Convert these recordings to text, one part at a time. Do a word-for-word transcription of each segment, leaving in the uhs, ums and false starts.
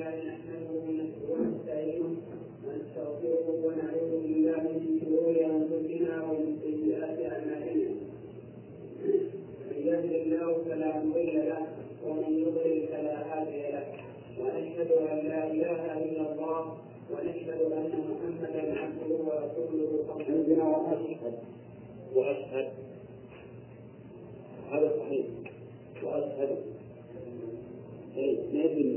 لله نحمده ونستعينه ونستغفره ونعوذ بالله من شرور انفسنا ومن سيئات اعمالنا. من يهد الله فلا مضل له ومن يضلل فلا هادي له، ونشهد ان لا اله الا الله ونشهد ان محمدا عبده ورسوله. عندنا واشهد واشهد هذا صحيح واشهد اي ما يدري.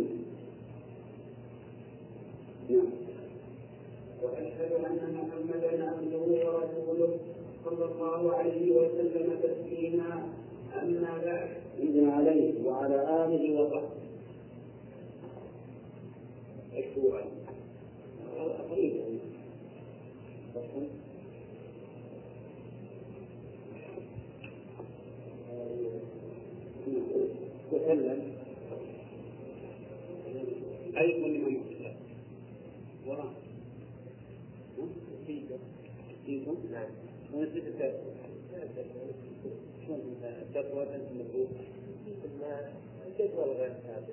نعم. واشهد ان محمدا عبده ورسوله صلى الله عليه وسلم تسليما. اما بعد، عندنا عليه وعلى اله وصحبه مشروعا قريبا وسلم أي كل من يسلم وراء فيكم نعم ونسيت التقوى شلون التقوى أنت المفروض ما التقوى الغير ثابت.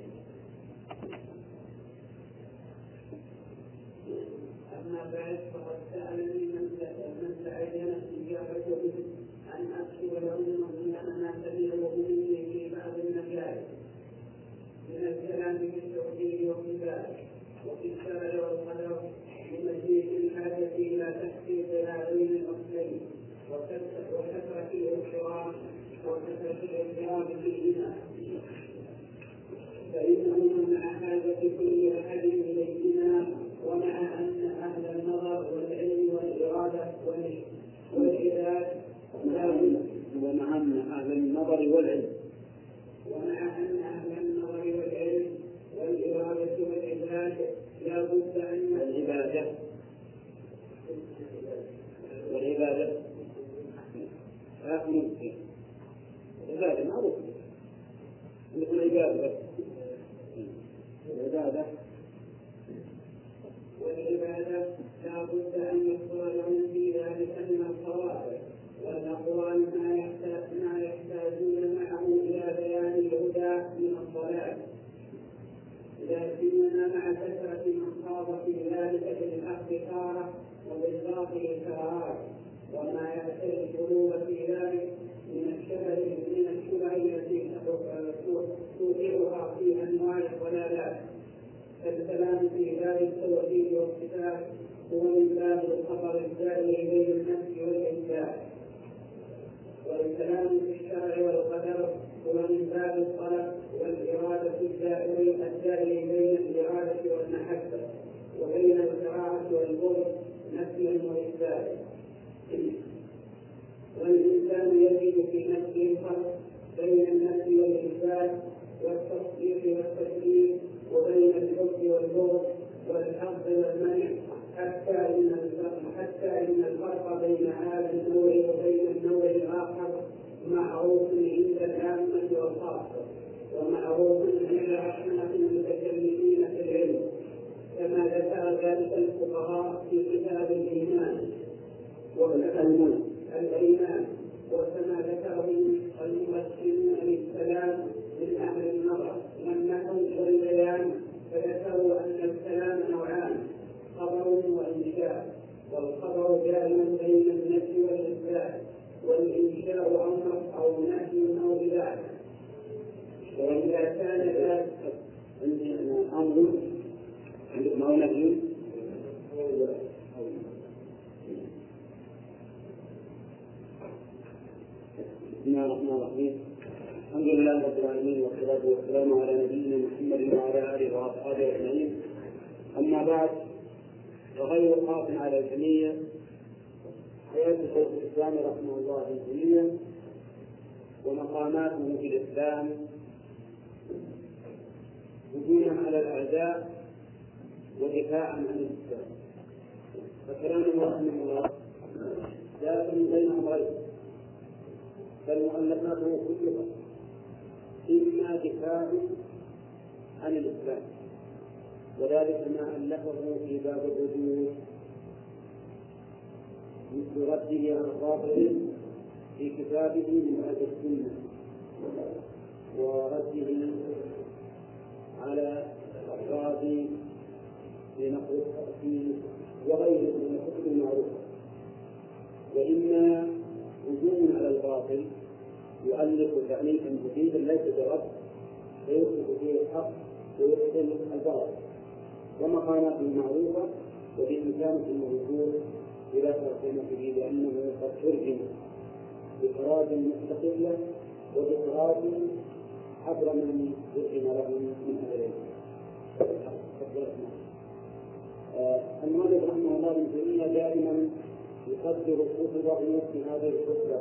أما بعد، فقد سألني من تعين الإجابة به أن أكتب لهم ما سمعه مني في بعض المجال من الكلام في التوحيد والكتاب وفي الشرع والقدر، بمزيد الحاجة إلى تحقيق هذين الأصلين وكثرة الاحترام وكثرة الاحترام فيهما، فإنهما مع حاجة كل أحد إليهما، ومع أن أهل النظر والعلم والإرادة والإرادة ومع أن أهل النظر والعلم ومع أن أهل النظر والعلم والإرادة والعباد لا بد أن العبادة والعبادة ممكن العبادة معروفة مثل العبادة العبادة والعبادة لا بد أن يحصل لهم في ذلك من القواعد والأقوال ما يحتاج ما يحتاجون معه إلى بيان الهدى من الضلال، لا سيما مع كثرة من خاض في ذلك بالحق تارة وبالباطل تارة، وما يحتاج القلوب في ذلك من الشبه من الشبه التي توقعها في أنواع الضلالات. فالكلام في باب التوحيد والصفات هو من باب الخطر الداعي بين النفس والإنسان، والكلام في الشرع والقدر هو من باب الطلب والإرادة الداعي بين الإرادة والمحبة وبين الكراهة والبغض نفيا وإثباتا. والإنسان يجد في نفسه الفرق بين النفي والإثبات والتصديق والتكذيب وبين الحب والبغض والحظ والمنع، حتى إن الفرق حتى إن الفرق بين هذا النوع وبين النوع الآخر معروف عند العامة والخاصة، ومعروف عند أحناف المتكلمين في العلم، كما ذكر ذلك الفقهاء في كتاب الإيمان والأيمان الأيمان وكما ذكره المفسرون للكلام من أهل النظر والنحو والبيان، فذكروا أن الكلام نوعان: خبر وإنشاء، والخبر دائما بين النفي والإثبات، والإنشاء أمر أو نهي أو إله. وإذا كان ذلك عندي أمر عندكم أو نهي بسم الله الرحمن الرحيم. الحمد لله رب العالمين والصلاة والسلام على نبينا محمد وعلى آله وأصحابه أجمعين. أما بعد، وغير خاف على الجميع حياة شيخ الإسلام رحمه الله الجميع ومقاماته في الإسلام هجوما على الأعداء ودفاعا عن الإسلام. فكلامه رحمه الله جاء من بين أمرين، فالمؤلفاته كلها إما دفاع عن الإسلام، وذلك ما ألفه في باب الرجوع مثل رده على الرافض في كتابه من أهل السنة، ورده على الأفراد وغيره من الحكم المعروف، وإما هجوم على الباطل يؤلف تأليفا جديدا ليس برد فيثبت فيه الحق ويبطل الباطل، ومقامات معروفة وبإمكانه الوصول إلى ترجمة به لأنه قد ترجم بقراءة مستقلة وبقراءة عبر من ترجم له من أهل المؤلف رحمه الله ابن تيمية دائما يقدر كتبه في هذه الخطبة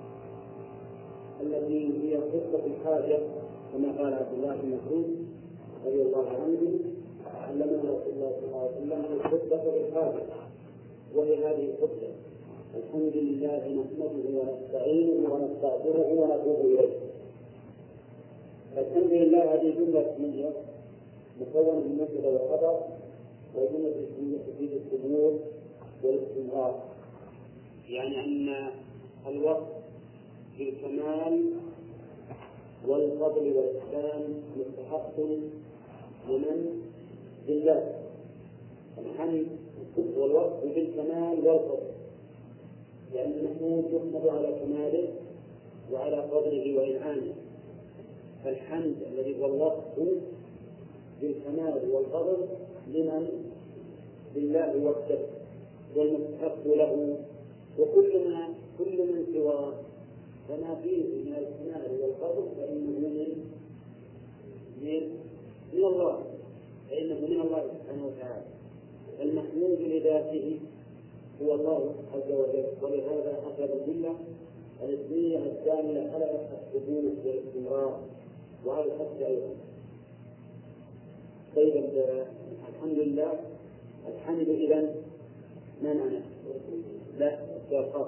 التي هي خطبة الحاجة كما قال عبد الله بن مسعود رضي الله عنه علمنا رسول الله صلى الله عليه وسلم الخطبة بالحاجة، وهي هذه الخطبة: الحمد لله نحمده ونستعينه ونستغفره ونتوب إليه. الحمد لله هذه جملة اسمية مكونة من مبتدأ وخبر وجملة اسمية تفيد الثبوت والاستمرار، يعني أن الوصف بالكمال والفضل والإحسان مستحق لمن؟ لله. الحمد والوصف بالكمال والفضل، لأن المحمود يحمد على كماله وعلى فضله وإنعامه، فالحمد الذي هو الوصف بالكمال والفضل لمن؟ لله وحده والمستحق له، وكل ما كل من سواه فما فيه من الكمال والفضل فإنه من من الله فإنه من الله سبحانه وتعالى. المحمود لذاته هو الله عز وجل، ولهذا أخذ الجملة الاسمية الدالة على الثبوت والاستمرار وعلى الحث أيضا. طيب الحمد لله، الحمد إذن ما معنى؟ لا استغفار.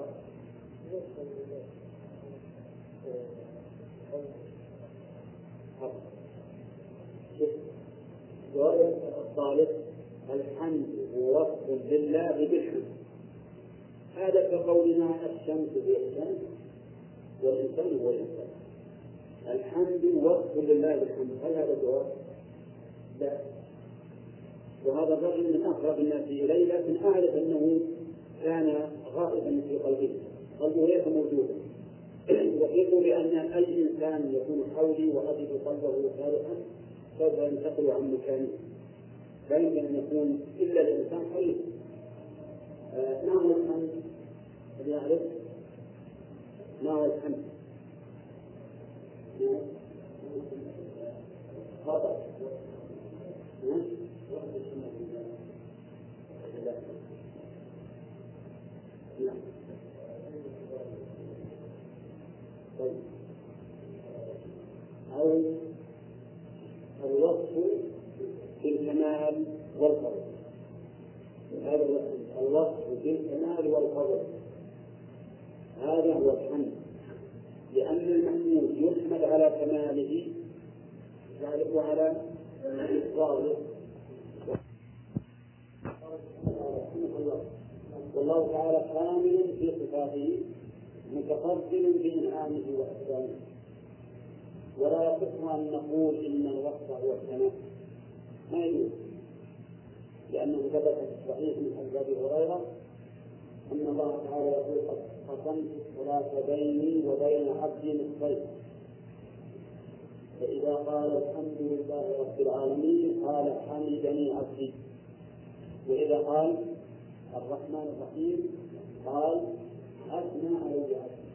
السؤال الثالث: الحمد وصف لله بالحمد، هذا كقولنا الشمس هي الشمس والإنسان هو الإنسان. الحمد وصف لله بالحمد، هل هذا جواب؟ لا. وهذا الرجل من أقرب الناس إلي، لكن أعرف أنه كان غائبا في قلبه، قلبه ليس موجودا. وحيث بأن أي إنسان يكون حولي وأجد قلبه صالحا سوف ينتقل عن مكانه، لا يمكن أن يكون إلا الإنسان حي. آه ما هو الحمد؟ هل يعرف ما هو الحمد؟ خطأ. نعم. طيب. أو الوصف بالكمال والفضل، هذا الوصف بالكمال والفضل هذا هو الحمد، لأن المحمود يحمد على كماله وعلى إفضاله. والله تعالى كامل في صفاته متقدم بإنعامه وإحسانه، ولا يصح أن نقول إن الوصف هو الكمال، ما يجوز، لأنه ثبت في الصحيح من حديث أبي هريرة أن الله تعالى يقول: قسمت الصلاة بيني وبين عبدي نصفين، فإذا قال الحمد لله رب العالمين قال حمدني عبدي، وإذا قال الرحمن الرحيم قال أثنى علي عبدي.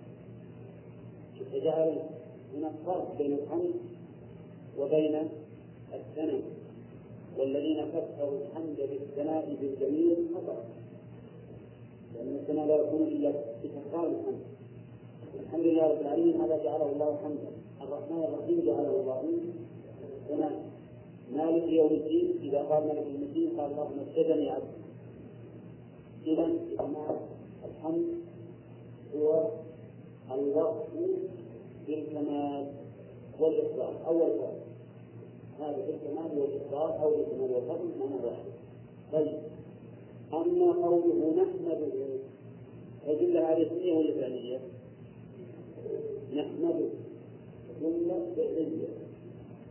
فجعل هناك فرق بين الحمد وبين الثناء، والذين فسروا الحمد بالثناء بالجميل خطأ، لأن الثناء لا يكون إلا بتكرار الحمد. الحمد لله رب العالمين هذا جعله الله حمدا، الرحمن الرحيم جعله الله ثناء، مالك يوم الدين إذا قال مالك يوم الدين قال اللهم استجني عبدي. إذا الحمد هو الوصف بالكمال والإخلاص. أول فرق هذا بالكمال والإخلاص أو بالكمال والفضل معنى واحد. طيب، أما قوله نحمده الجملة هذه اسمية ولا فعلية؟ نحمده جملة فعلية،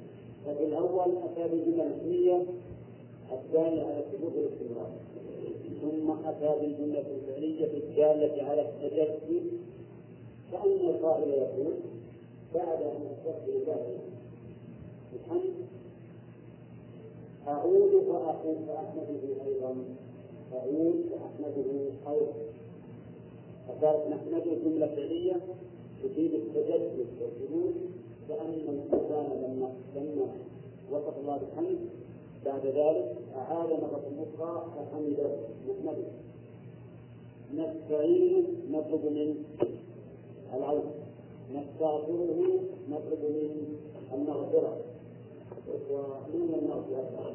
ففي الأول أتى بجملة اسمية الثانية على الثبوت والاستمرار. ثم أتى بالجملة الفعلية الدالة على التجدد، فإن القائل يقول بعد أن أستغفر الله الحمد أعود فأقول فأحمده أيضا، أعود فأحمده أيضا. فقالت نحمده جملة فعلية تفيد التجدد والجدود، فأن الإنسان لما لما وصف الله بالحمد بعد ذلك أعاد مرة أخرى فحمده نحمده. نستعين نطلب منه العون، نستغفره نطلب منه المغفرة، ومن المغفرة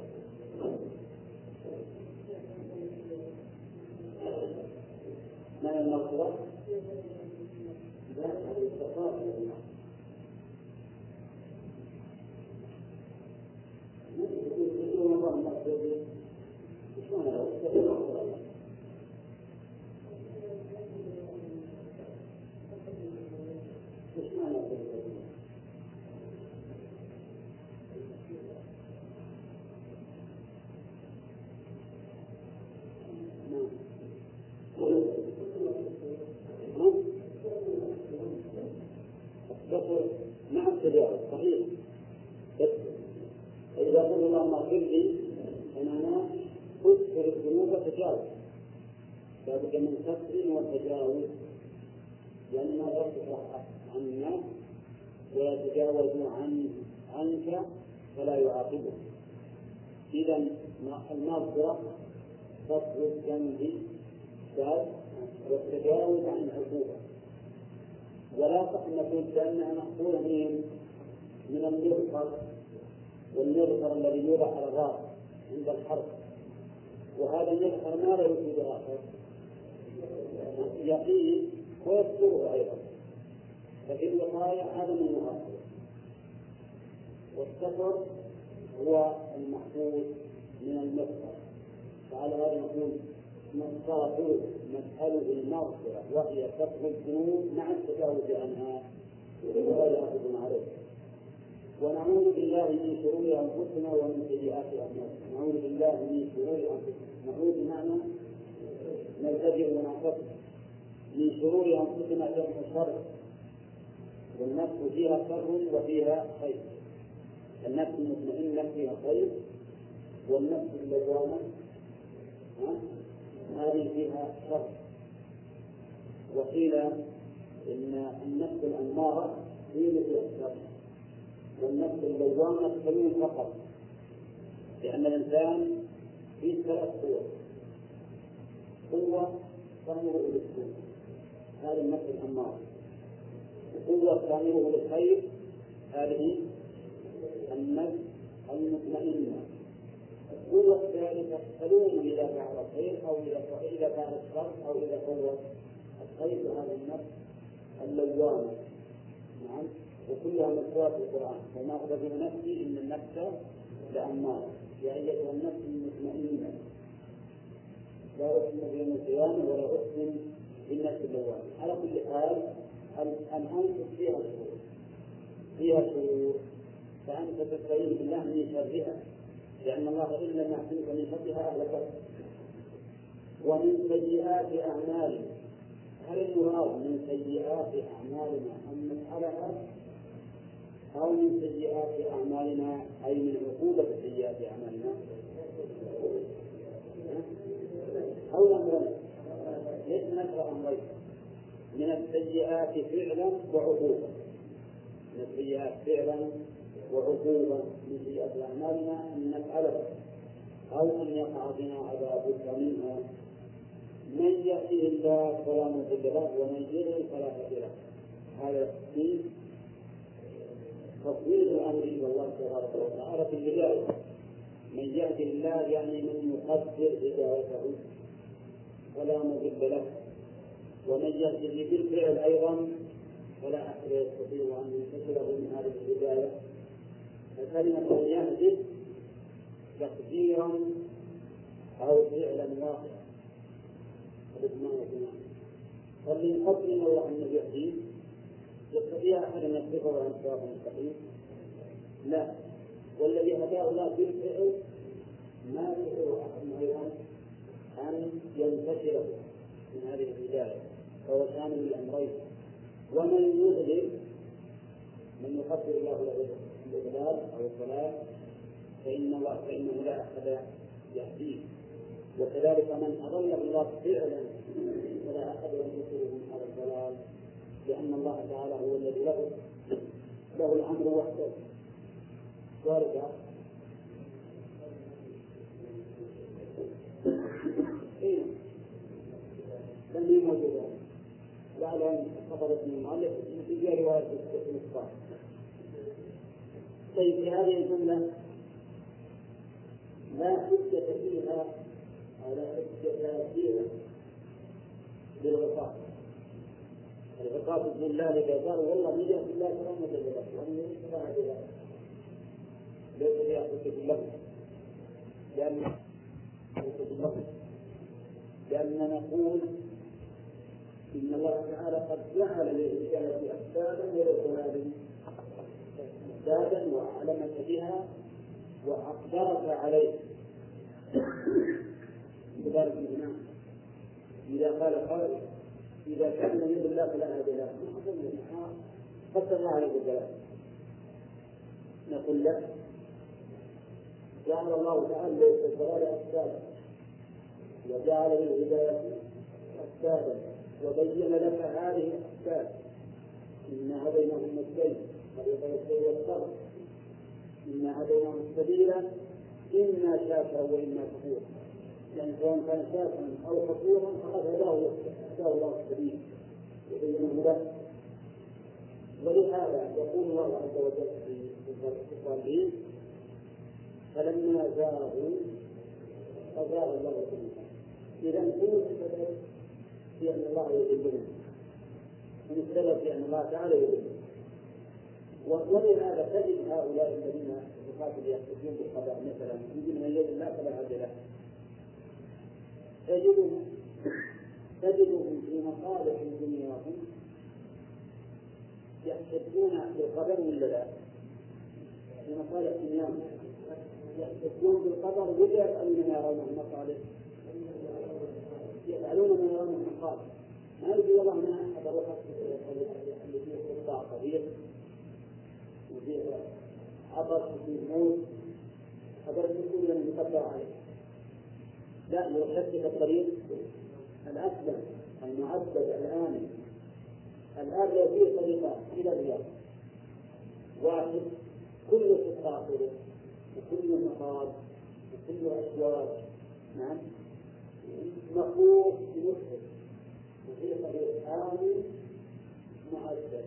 ما المغفرة؟ لا الاستغفار. مع التجاوز صحيح، بس إذا قلت اللهم اغفر لي فأنا أكثر الذنوب تجاوز، لابد من كسر والتجاوز، لأن ما يصلح عن الناس ويتجاوز عن عنك فلا يعاقبه. إذا المغفرة كسر الذنب والتجاوز عن العقوبة. ولا صح أن نقول بأنها مأخوذة من من المغفر، والمغفر الذي يوضع على الراس عند الحرب، وهذا المغفر ماذا يفيد آخر؟ يقين ويذكره أيضا، ففي الوقاية عدم المؤخر. والسفر هو المحفوظ من المغفر، فعلى هذا نقول نستغفر نسأله المغفرة وهي كفر الذنوب مع التجاوز عنها ولا يأخذون عليه. ونعوذ بالله من شرور أنفسنا ومن سيئات أعمالنا. نعوذ بالله من شرور أنفسنا، نعوذ بمعنى نلتجئ ونعتصم. من شرور أنفسنا جمع شر، والنفس فيها شر وفيها خير. النفس المطمئنة فيها خير، والنفس اللوامة هذه فيها شر. وقيل إن النفس الأمارة هي فيها الشر، والنفس اللوامة تكون فقط، لأن الإنسان فيه ثلاث قوى: قوة تأمره بالسوء هذه النفس الأمارة، وقوة تأمره بالخير هذه النفس المطمئنة، القوة الثالثة تلوم إذا فعل الخير أو إذا فعل الشر أو إذا فعل الخير، هذه النفس اللوامة. نعم، وكلها مذكورة في القرآن: وما أخبر نفسي إن النفس لأمارة، يا أيتها النفس المطمئنة لا أقسم بيوم القيامة ولا أقسم بالنفس اللوامة. على كل حال الأنفس فيها شرور، فيها شرور، فأنت تستعين بالله من شرها، لأن الله إن لم يحسنك من شرها أهلكك. ومن سيئات أعمالنا، هل المراد من سيئات أعمالنا أن نفعلها، أو من سيئات أعمالنا أي من عقوبة سيئات أعمالنا، أو الأمرين؟ ليس نكره أمرين: من السيئات فعلا وعقوبة، من السيئات فعلا وعقوبة من سيئات أعمالنا أن نفعلها أو أن يقع بنا عذاب منها. من يأتيه الله فلا مضل له ومن يضلل فلا هادي له. هذا في تفويض الأمر إلى الله تبارك وتعالى في البداية. من يهدي الله يعني من يقدر هدايته فلا مضل له، ومن يهدي بالفعل أيضا فلا أحد يستطيع أن ينتشره من هذه الهداية. فكلمة يهدي تقديرا أو فعلا واقعا فمن قبل الله أن يهديه يستطيع أحد أن يصرفه عن صراط مستقيم؟ لا. والذي هداه الله بالفعل ما يستطيع أحد أيضا أن ينتشر من هذه الهداية، فهو شامل الأمرين. ومن يضلل من يقدر الله له الإضلال أو الضلال فإن الله فإنه لا أحد يهديه، وكذلك من أضل الله فعلا فلا أحد ينتصره من هذا الضلال، لأن الله تعالى هو الذي له له الأمر وحده. ذلك إيه لم يكن موجودا لعل خبرت من المؤلف في رواية الإسقاط. طيب في هذه الجملة لا حجة فيها أو لا حجة فيها بالغطاء. الغطاء بسم الله لك قال والله ميجا في الله سلام وجلبك وأن يريد هذه ليس فيها حجة له، لأن لأننا نقول إن الله تعالى قد جعل للرجال أسبابا وللضلال أسبابا وأعلمك بها وأقدرك عليه بذلك الإمام. إذا قال قائل إذا كان من يد الله فلا هادي له فسر الله عليه الدلالة، نقول له جعل الله تعالى للضلال أسبابا وجعل للهداية أسبابا وبين لك هذه الأسباب. إنا هديناهم النجدين طريق الخير والشر، إنا هديناهم السبيل إما شاكرا وإما كفورا، يعني سواء كان شاكرا أو كفورا فقد هداه الله السبيل وبينه له. ولهذا يقول الله عز وجل في الصالحين فلما زاغوا فزاغ الله قلوبهم. إذا كل سبب في أن الله يضلنا، من السبب في أن الله تعالى يضلنا. ولهذا تجد هؤلاء الذين يقاتلون يحتجون بالقضاء مثلا يجد من يد الله فلا هادي له، تجدهم تجدهم في مصالح دنياهم يحتجون بالقدر ولا لا؟ في مصالح دنياهم يحتجون بالقدر ولا يفعلون ما يرونه المصالح؟ يفعلون ما يرونه المصالح. ما يجي والله ما أحد أروح اللي فيه قطاع كبير وفيه عبر وفيه موت أقدر تقول لنا يقدر عليه، لا يرشد الطريق الأسلم المعبد الآمن. الآن لو فيه طريقة إلى الرياض واحد كل خطاطه وكل مقام وكل أسواق نعم مخوف بمسلم وفي طريق آمن معبد.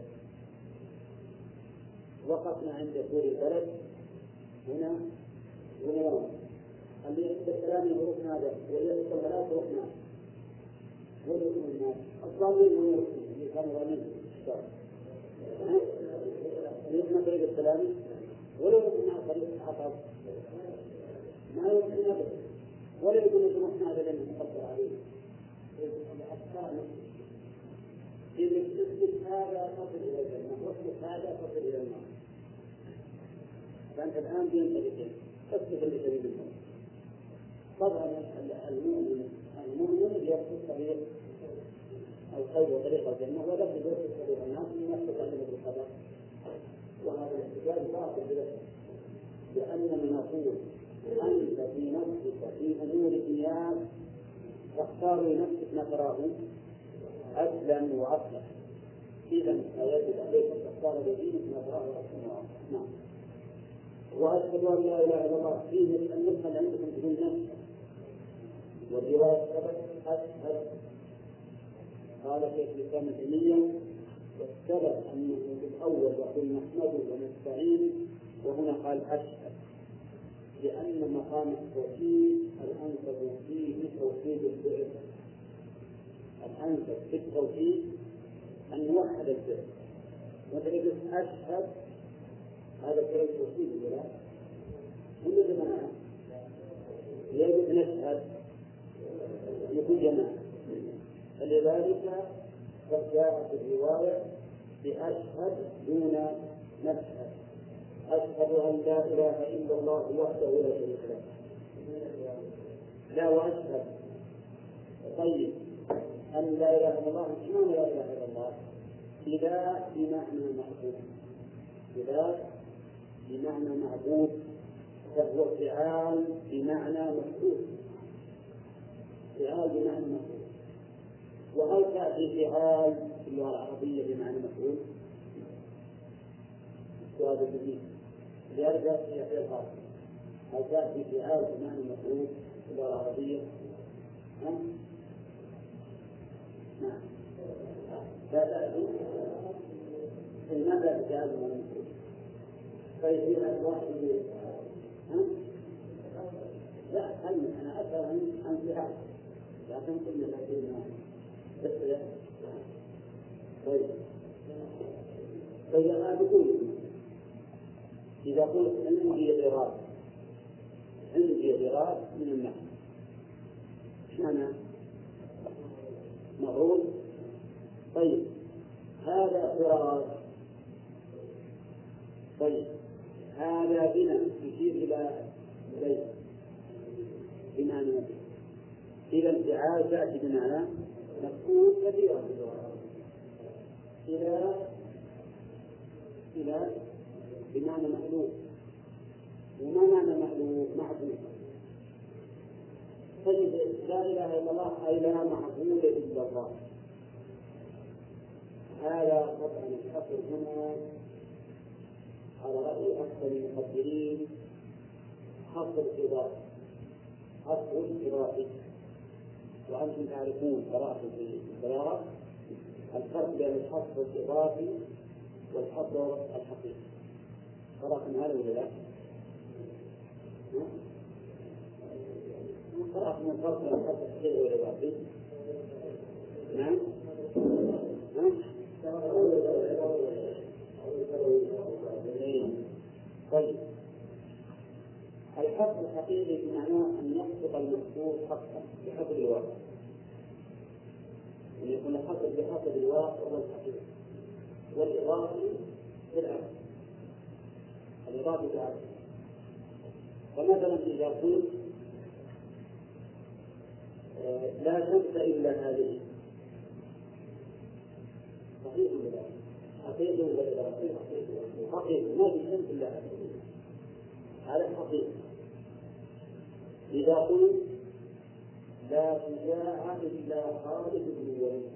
وقفنا عند دور البلد هنا ونوم اللي يحب السلام يروح هذا واللي يحب الصلاة يروح هذا ويروح الناس الظالمين ويروح اللي كانوا ظالمين يسمى طريق السلام ولا يمكن على طريق العطب ما يمكن أبدا ولا يمكن أن يروحنا هذا لأنه يقدر عليه الأفكار إذا تثبت هذا تصل إلى الجنة واثبت هذا تصل إلى النار. فأنت الآن بين طريقين تثبت اللي تريد منه. طبعا المؤمن المؤمن يثبت طريق الخير وطريق الجنة ولا يثبت طريق الناس الناس تتكلم بالقدر، وهذا الاحتجاج باطل بذلك. لأننا نقول أنت في نفسك في أمور الدنيا تختار لنفسك ما تراه أسلم وأصلح، إذا فيجب عليك أن تختار لدينك ما تراه أسلم وأصلح. نعم. وأشهد أن لا إله إلا الله فيه أن يدخل عندكم في النفس والرواية السبب أشهد. قال شيخ الإسلام ابن تيمية والسبب أنه في الأول يقول نحمده ونستعين وهنا قال أشهد، لأن مقام التوحيد الأنسب فيه توحيد الفعل. الأنسب في التوحيد أن نوحد الفعل. وتجد أشهد هذا كلام توحيد ولا كل جماعة يجب نشهد لكل جماعة. فلذلك قد جاءت الرواية بأشهد دون نشهد. أشهد أن لا إله إلا الله وحده لا شريك له. لا وأشهد طيب أن لا إله إلا الله مش معنى لا إله إلا الله؟ إله بمعنى معبود، إله بمعنى معبود، فهو فعال بمعنى مفعول، فعال بمعنى مفعول. وهل تأتي فعال في اللغة العربية بمعنى مفعول؟ السؤال الجديد يرجع في الخاص، هل تأتي فعال بمعنى مفعول في اللغة العربية؟ ها؟ نعم. لا تأتي. لماذا فعال بمعنى مفعول؟ طيب في واحد يقول ها؟ لا هل أنا أسأل عن عن فعال لكن كنا لدينا بس لا. طيب طيب أنا بقول إذا قلت عندي إرادة عندي إرادة من النحو إيش معنى؟ مفعول. طيب هذا إرادة، طيب هذا بناء يشير إلى بيت بمعنى إذا الفعال تأتي بمعنى مفعول كثيرا إلى إلى بمعنى مألوف. وما معنى مألوف؟ معبود. طيب لا إله إلا الله أي لا معبود إلا الله. هذا طبعا الحصر هنا على رأي أكثر المقدرين حصر إضافي، حصر إضافي. وأنتم تعرفون قراءة في القراءة الفرق بين الحصر الإضافي والحصر الحقيقي. قرأتم هذا ولا لا؟ قرأتم الفرق بين الحصر الحقيقي والإضافي؟ نعم؟ طيب الحصر الحقيقي بمعناه أن يحقق المذكور حقا بحسب الواقع، أن يكون الحصر بحسب الواقع والحقيقة. والإضافي بالعكس، الإضافي بالعكس. فمثلا إذا قلت لا شمس إلا هذه، صحيح ولا لا؟ حقيقي ولا إضافي؟ حقيقي، ما في شمس إلا هذه، هذا حقيقي. إذا قلت لا شجاع إلا خالد بن الوليد،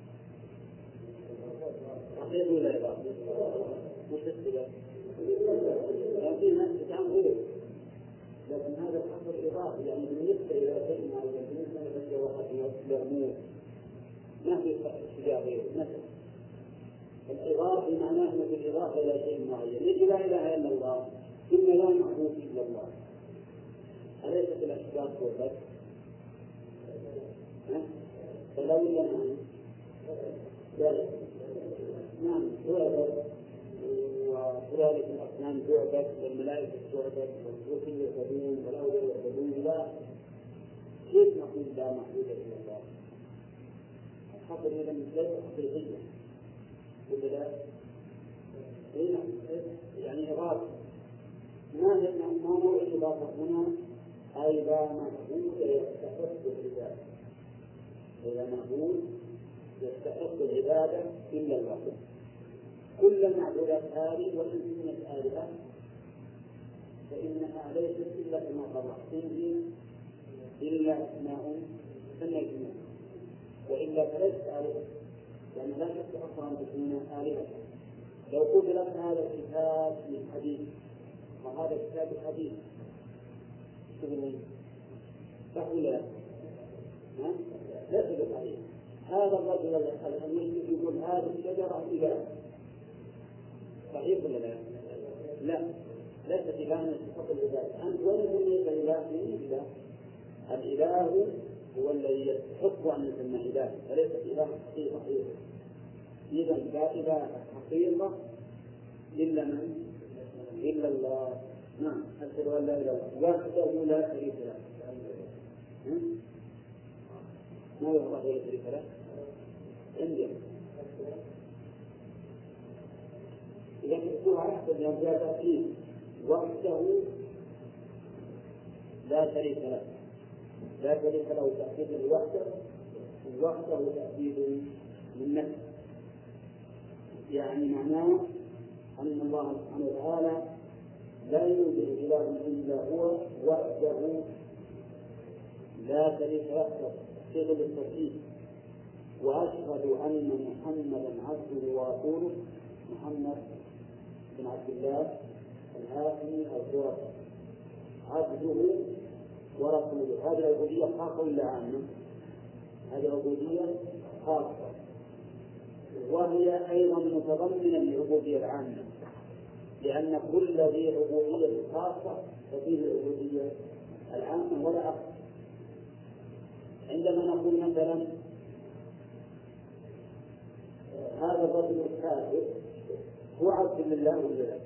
حقيقي ولا إضافي؟ مش السبب، لكن الناس تتعامل، لكن هذا الحصر إضافي، يعني بالنسبة إلى شيء معين، بالنسبة إلى شيء واحد من الأمور ما في شجاع غيره. مثلا الإضافة معناه أن بالإضافة إلى شيء معين، يجي لا إله إلا الله، إن لا معبود إلا الله، أليست الأشباه والبس؟ فلو لنا ذلك نعم تعبد، وكذلك الأصنام تعبد، والملائكة تعبد، والروح يعبدون، والأولياء يعبدون، لا كيف نقول لا معبود إلا الله؟ الحصر إذا ليس حقيقيا ولا لا؟ يعني إضافة ما ما نوع الإضافة هنا؟ أي لا معبود يستحق العبادة، إذا معبود يستحق العبادة إلا الله. كل المعبودات هذه وإن كانت آلهة فإنها ليست إلا كما قال فيه إلا أسماء سميتموها، وإلا فليست آلهة، لأن لا تستحق أن تكون آلهة. لو قلت لك هذا الكتاب من حديث وهذا كتاب الحديث تقول صح ولا لا؟ ليس بصحيح. هذا الرجل الأمين يقول هذه الشجرة إله، صحيح ولا لا؟ لا، ليست إله يستحق العبادة. أنت وين سميت إله؟ من إله؟ الإله هو الذي يستحق أن يسمى إله، فليست إله حقيقة. إذا لا إله حقيقة إلا من؟ إلا الله. نعم، أشهد أن لا إله إلا الله وحده لا شريك له. ما هو وحده لا شريك له؟ عندي إذا كنت أحسن أن جاء تأكيد وحده لا شريك له، لا شريك له تأكيد لوحده وحده تأكيد من نفسه، يعني معناه أن الله سبحانه وتعالى لا يوجد إله إلا هو وحده لا شريك له صيغة التوحيد. وأشهد أن محمدا عبده ورسوله، محمد بن عبد الله الهاشمي القرشي عبده ورسوله. هذه العبودية خاصة ولا عامة؟ هذه عبودية خاصة، وهي أيضا متضمنة للعبودية العامة، لأن كل ذي عبودية خاصة ففيه العبودية العامة ولا أكثر. عندما نقول مثلا هذا الرجل الكافر هو عبد لله ولا لا؟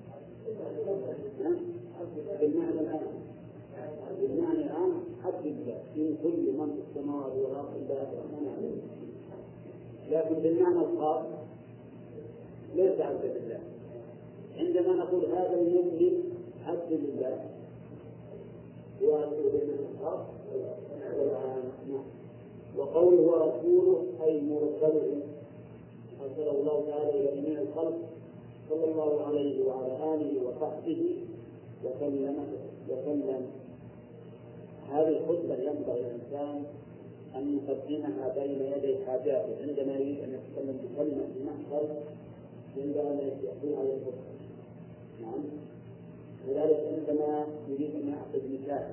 بالمعنى العام، بالمعنى العام عبد لله من كل من في السماوات والأرض إلا الرحمن عليه، لكن بالمعنى الخاص ليس عبد لله. عندما نقول هذا المؤمن عبد لله وهو بالمعنى الخاص والعام. وقوله ورسوله أي مرسله، أرسله الله تعالى إلى جميع الخلق صلى الله عليه وعلى آله وصحبه وسلم وسلم. هذه الخطبة ينبغي الإنسان أن يقدمها بين يدي حاجاته عندما يريد أن يتكلم بكلمة في محضر ينبغي أن يكون على الخطبة. نعم. لذلك عندما يريد أن يعقد نكاحا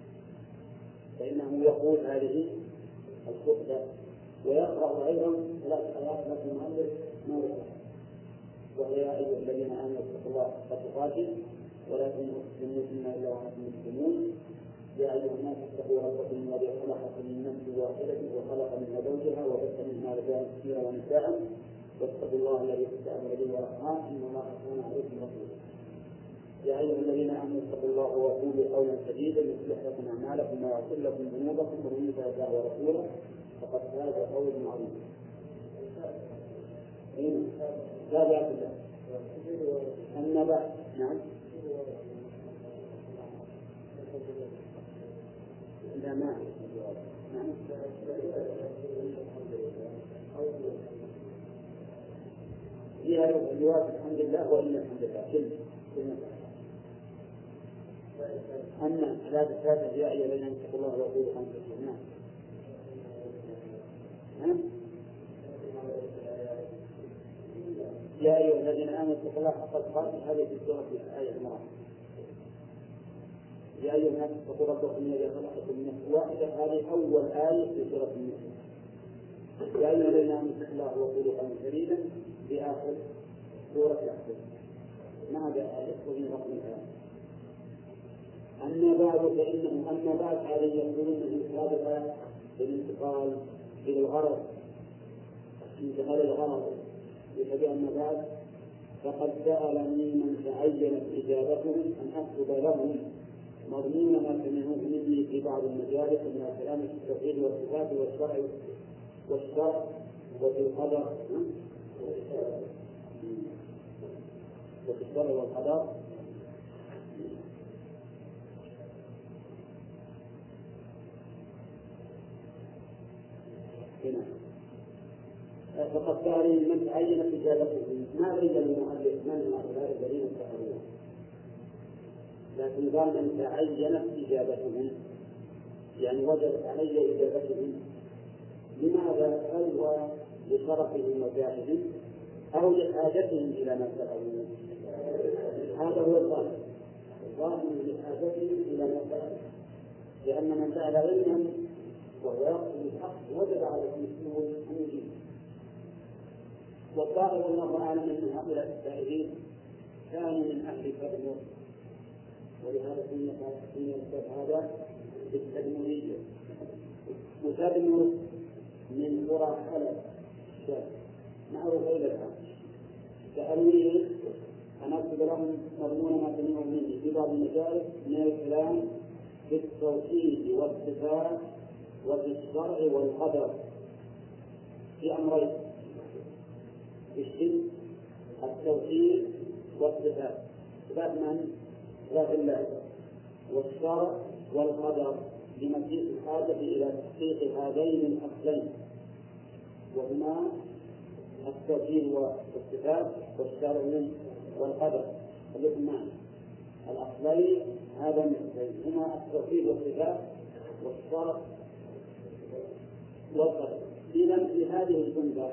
فإنه يقول هذه الخطبة ويقرأ أيضا ثلاث آيات لكن المؤلف ما يقرأ، وهي أيها الذين آمنوا اتقوا الله حق تقاته ولا تموتن إلا وأنتم مسلمون. يا أيها الناس اتقوا ربكم الذي خلقكم من نفس واحدة وخلق منها زوجها وبث منها رجالا كثيرا ونساء واتقوا الله الذي تساءلون به والأرحام إن الله كان عليكم رقيبا. يا أيها الذين آمنوا اتقوا الله وقولوا قولا سديدا يصلح لكم أعمالكم ويغفر لكم ذنوبكم ومن يطع الله ورسوله فقد فاز فوزا عظيما. لا بأس الله. أما بعد، نعم. لا ما نعم. فيها روايات الحمد لله وإلا الحمد لله كل كل أما ثلاثة ثلاثة يا أيها الذين اتقوا الله وقولوا قولا سديدا. نعم. يا أيها الذين آمنوا اتقوا الله حق تقاته، هذه في سورة آية عمران. يا أيها الناس اتقوا ربكم الذي خلقكم من نفس واحدة، هذه أول آية في سورة النساء. يا أيها الذين آمنوا اتقوا الله وقولوا قولا سديدا في آخر سورة الأحزاب. ما هذا الاسم من رقم الآية. أما بعد فإنه أما بعد هذا يقولون من سابقا بالانتقال إلى الغرض، انتقال الغرض بسبب أما بعد فقد سألني من تعينت إجابته أن أكتب لهم مضمون ما سمعوه مني في بعض المجالس من الكلام في التوحيد والصفات والشرع والشرع وفي القدر وفي الشرع والقدر. هنا فقد سألني من تعينت إجابته، ما بين المؤلف من هؤلاء الذين سألوه، لكن قال من تعينت إجابتهم يعني وجبت علي إجابتهم. لماذا؟ هل هو لشرفهم وجاههم أو لحاجتهم إلى ما سألوه؟ هذا هو الظاهر، الظاهر لحاجتهم إلى ما سألوه، لأن من سأل علما وهو يقصد الحق وجب على المسلمون أن يجيب. والظاهر والله أعلم أن هؤلاء السائلين كانوا من أهل فضل، ولهذا كنا نسبب هذا بالتدمرية. وتدمر من قرى حلب الشام معروف إلى الآن. سألوني أن أكتب لهم مضمون ما سمعوا مني في بعض المجالس من الكلام في التوحيد والصفات وفي الشرع والقدر في أمرين: في الشرك التوحيد والصفات، صفات من؟ صفات الله، والشرع والقدر لمزيد الحاجة إلى تحقيق هذين الأصلين، وهما التوحيد والصفات والشرع والقدر. الاثنان الأصلين هذا هما التوحيد والصفات والشرع والقدر. إذا في هذه الجملة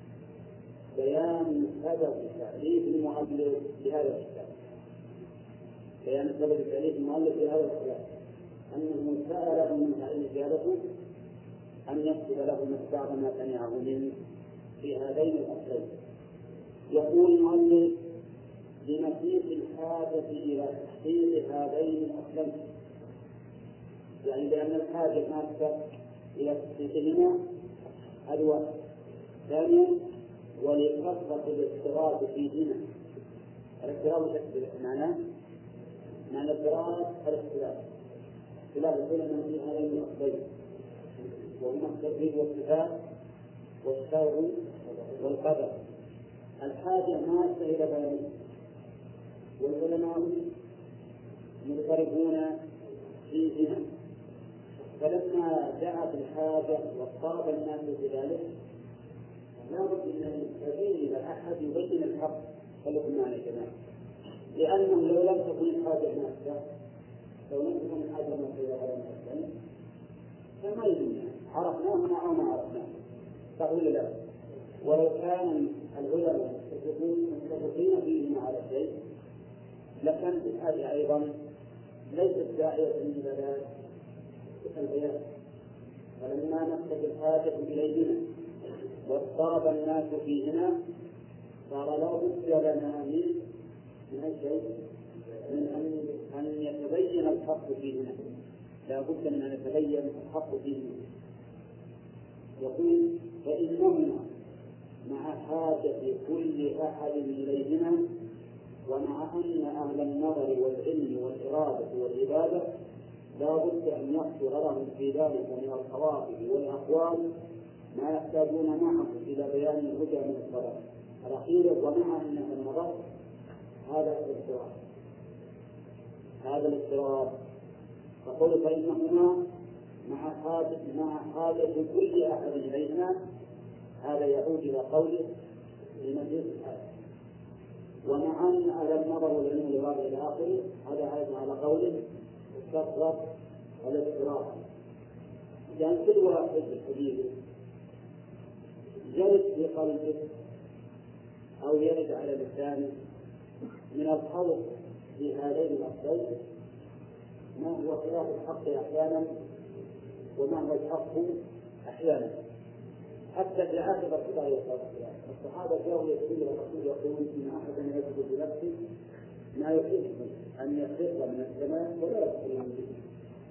بيان سبب تأليف المؤلف لهذا الكتاب، بيان سبب تأليف المؤلف لهذا الكتاب أنه سأله من تعليم زيادته أن يكتب له بعض ما سمعه منه في هذين الأصلين. يقول المؤلف لمزيد الحاجة إلى تحقيق هذين الأصلين، يعني لأن الحاجة ماسة إلى تحقيقهما أدوى. ثانيا ولكثرة الاضطراب فيهما. الاضطراب معناه معنى الاضطراب الاختلاف اختلاف العلماء في هذين الأصلين، وهما التوحيد والصفات والشرع والقدر. الحاجة ماسة إلى بيانه، والعلماء مضطربون فيهما، فلما جاءت الحاجة واضطرب الناس بذلك لا بد من يبين أحد يبين الحق. خلكم معنا كمان، لأنه لو لم تكن الحاجة ماسة لو لم تكن الحاجة ماسة إلى هذا الأصلين فما يهمنا عرفناهما أو ما عرفناه، فأقول لا. ولو كان العلماء متفقين فيهما على شيء لكانت الحاجة أيضا ليست داعية إلى البيان. فلما نفت الحاجة إليهما واضطرب الناس فيهما صار لا بد لنا من من شيء من أن أن يتبين الحق فيهما، لا بد من أن يتبين الحق فيهما. يقول فإنهما مع حاجة كل أحد إليهما، ومع أن أهل النظر والعلم والإرادة والعبادة لا بد أن يحصل لهم في ذلك من الخواطر والأقوال ما يحتاجون معه إلى بيان الهدى من الضلال. الأخير ومع أن النظر هذا الاضطراب هذا الاضطراب فقل فإنهما مع حاجة مع حاجة كل أحد إليهما، هذا يعود إلى قوله لمزيد الحاجة. ومع أن أهل النظر والعلم والإرادة إلى آخره هذا أيضا على قوله كثرة الاضطراب. لأن كل واحد حديث يرد في قلبه أو يرد على لسانه من الخوف في هذين الأصلين ما هو خلاف الحق أحيانا وما هو الحق أحيانا. حتى في عاقبة الصلاة والسلام الصحابة جاءوا يقولون الرسول يقول إن أحدا يجد بنفسه ما يحب أن يخف من السماء ولا يدخل من به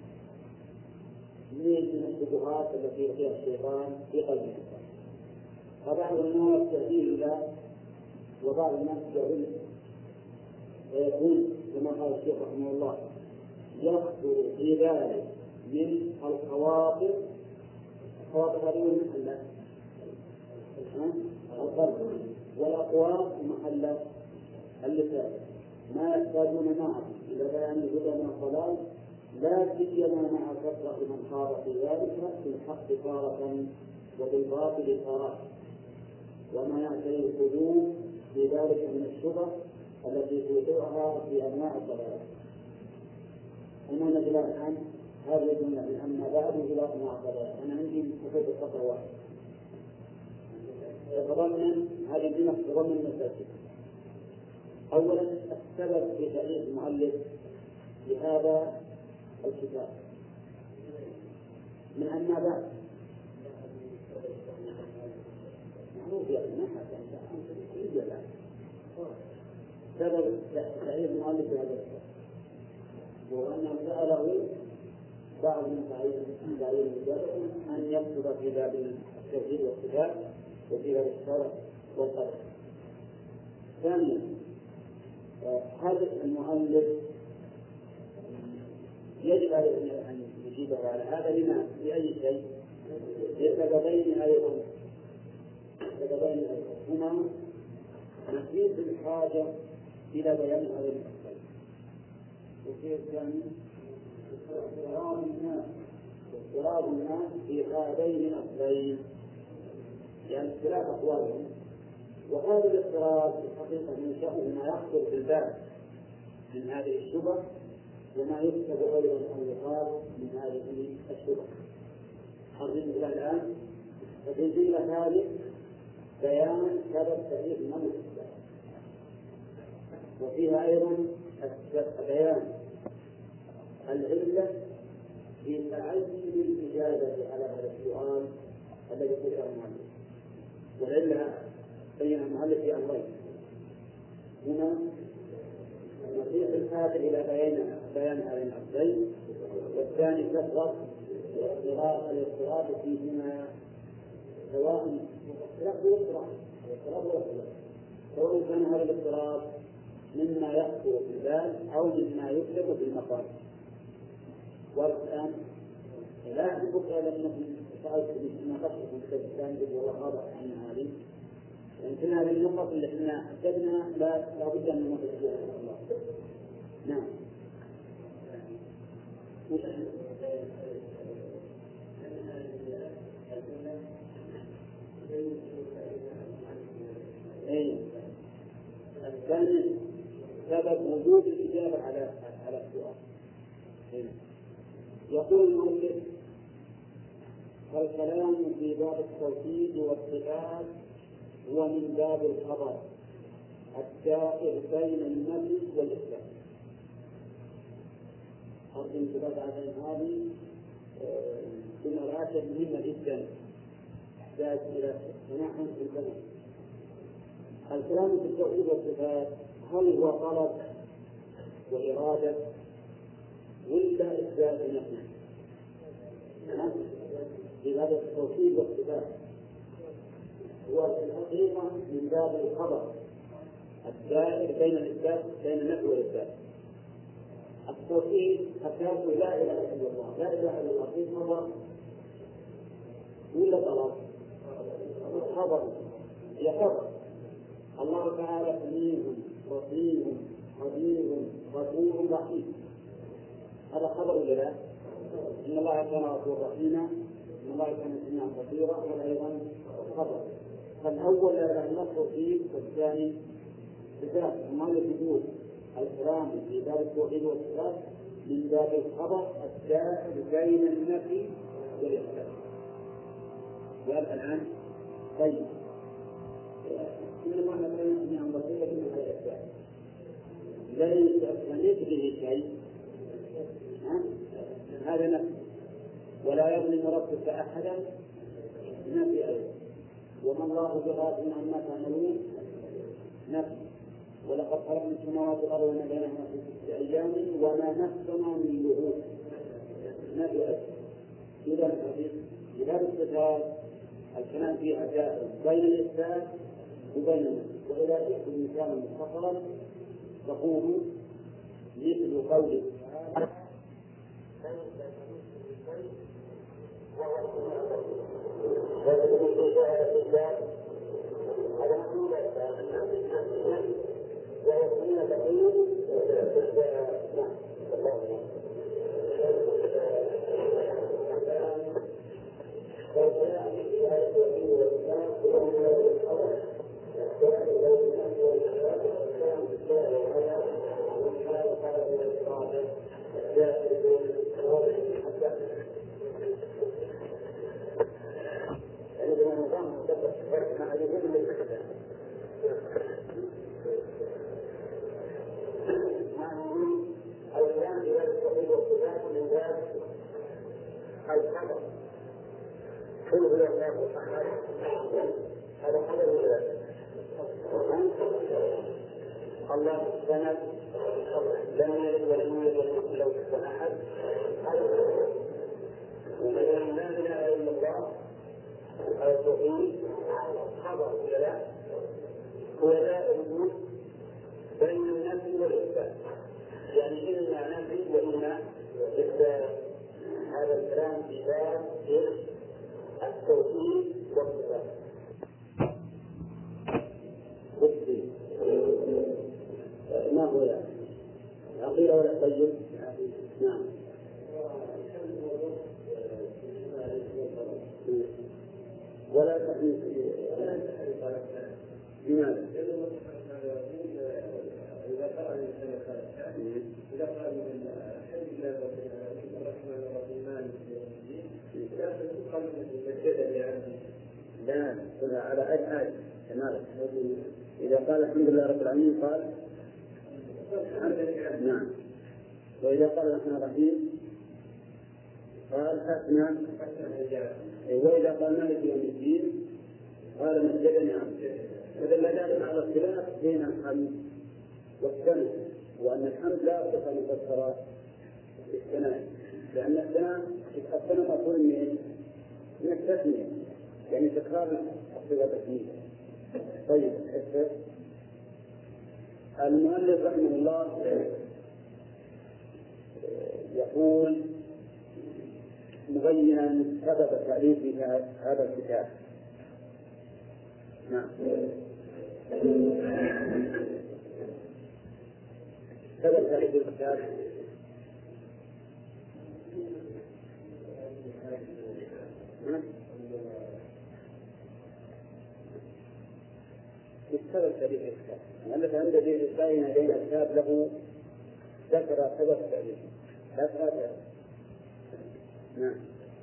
من الشبهات التي يلقيها الشيطان في قلب الإنسان. فبعض الناس يهديه له وبعض الناس يهديه ويكون كما قال الشيخ رحمه الله يخطر في ذلك من الخواطر. الخواطر هذه محل القلب، والأقوال محل اللسان، ما يحتاجون معه إلى بيان الهدى من الضلال، لا سيما مع كثرة من خاض في ذلك في الحق تارة وبالباطل تارة، وما يعتري القلوب في ذلك من الشبه التي توقعها في أنواع الضلال. أنا نجل الآن هذه الجملة من أما بعد إلى أنواع الضلال. أنا عندي كتب السطر واحد يتضمن هذه الجملة تتضمن المساجد. أولا السبب في تأليف المؤلف لهذا الكتاب من أما بعد معروف يعني ما حتى سبب تأليف المؤلف لهذا الكتاب هو أنه سأله بعض من تعليم الكتاب أن يكتب في باب التوحيد والصفات وفي باب الشرع والقدر. ثانيا هذا المؤلف يجب عليه أن يجيبه على هذا لما لأي شيء لسببين أيضا سببين أيضا هما نفيذ الحاجة إلى بيان هذه المسألة، والشيء الثاني إقرار الناس اضطراب الناس في هذين الأصلين، يعني اختلاف أقوالهم. وهذا الاضطراب في الحقيقة منشأه ما يخطر في البال من هذه الشبه، وما يكتب أيضا أن يقال من هذه الشبه. حرين إلى الآن ففي جملة هذه بيان سبب تأليف المنهج الإسلامي، وفيها أيضا بيان العلة في تعجل الإجابة على هذا السؤال الذي ذكره المؤلف. والعلة بين المؤلف في أمرين: هنا نصيح الحاجة إلى بيان بيان هذين الأمرين، والثاني كثرة الاضطراب فيهما، سواء اختلاف الاضطراب سواء كان هذا الاضطراب مما يخطر في البال أو مما يكتب في المقام. والآن لا أحبك لأنكم سألت بما قصد من كتاب الثاني والله واضح عن هذه، يمكن هذه النقط اللي احنا حددنا لا لابد أن نمر فيها إن شاء الله. نعم. أي الثاني سبب وجود الإجابة على على السؤال. يقول المؤلف: فالكلام في باب التوحيد والصفات هو من باب الخبر الدائر بين النفي والإثبات. أرجو انتباه على هذه بمراحل مهمة جدا تحتاج إلى تناحم في الكلام. الكلام في التوحيد والصفات هل هو طلب وإرادة ولا إثبات نفسه؟ في باب التوحيد والصفات هو في الحقيقة من باب الخبر الدائر بين الإثبات بين النفي والإثبات. التوحيد أساسه لا إله إلا الله، لا إله إلا الله في خبر ولا طلب؟ خبر، هي خبر. الله تعالى سميع بصير قدير غفور رحيم، هذا خبر ولا لا؟ إن الله كان غفورا رحيما، إن الله كان سميعا بصيرا، هذا أيضا خبر. فالأول لا إله إلا الله توحيد، والثاني صفات. المؤلف يقول الكلام في باب التوحيد والصفات من باب الخبر الدائر بين النفي والإثبات. وهذا الآن طيب إنما أنا كان سميعا بصيرا من هذا الإثبات ليس كمثله شيء، هذا نفي، ولا يظلم ربك أحدا نفي أيضا، وما الله بغافل عما تعملون نفي، ولقد خلقنا السماوات والأرض وما بينهما في ستة أيام وما مسنا من لغوب نفي أيضا. إذا الحديث بهذه الصفات الكلام فيها جائز بين الإثبات وبين النفي. وإذا جئت مثالا مختصرا تقول مثل قوله الله السند لم يلد ولم يولد ولم يكن له كفوا احد، ومن لا اله الا الله التوحيد خبر ولا لا؟ هو دائر بين النفي والاثبات، يعني اما نفي واما اثبات. هذا الكلام في باب التوحيد والصفات. ما هو يعني العقيدة ولا الطيب؟ نعم. على أي آية. إذا قال الحمد لله رب العالمين قال نعم. وإذا قال الرحمن الرحيم قال أثنى. وإذا قال مالك يوم الدين قال مجدني عبدي. فدل ذلك على الخلاف بين الحمد والثناء، وأن الحمد لا يصح أن يفسر بالثناء، لأن الثناء الثناء مأخوذ من من التثنية، يعني تكرار الصيغة التثنية. طيب المؤلف رحمه الله يقول مبينا سبب تأليف هذا الكتاب. نعم. سبب تأليف الكتاب السبب تأليف الكتاب، المؤلف عنده بين بين الكتاب له ذكر سبب تأليف هذا. نعم.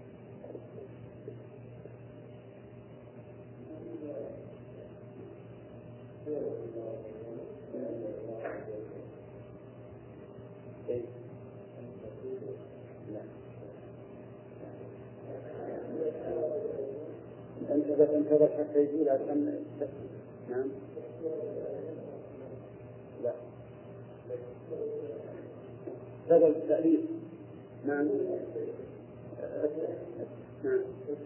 انتظر انتظر حتى يقول عشان. نعم. لا. سبب التأليف. نعم. نعم.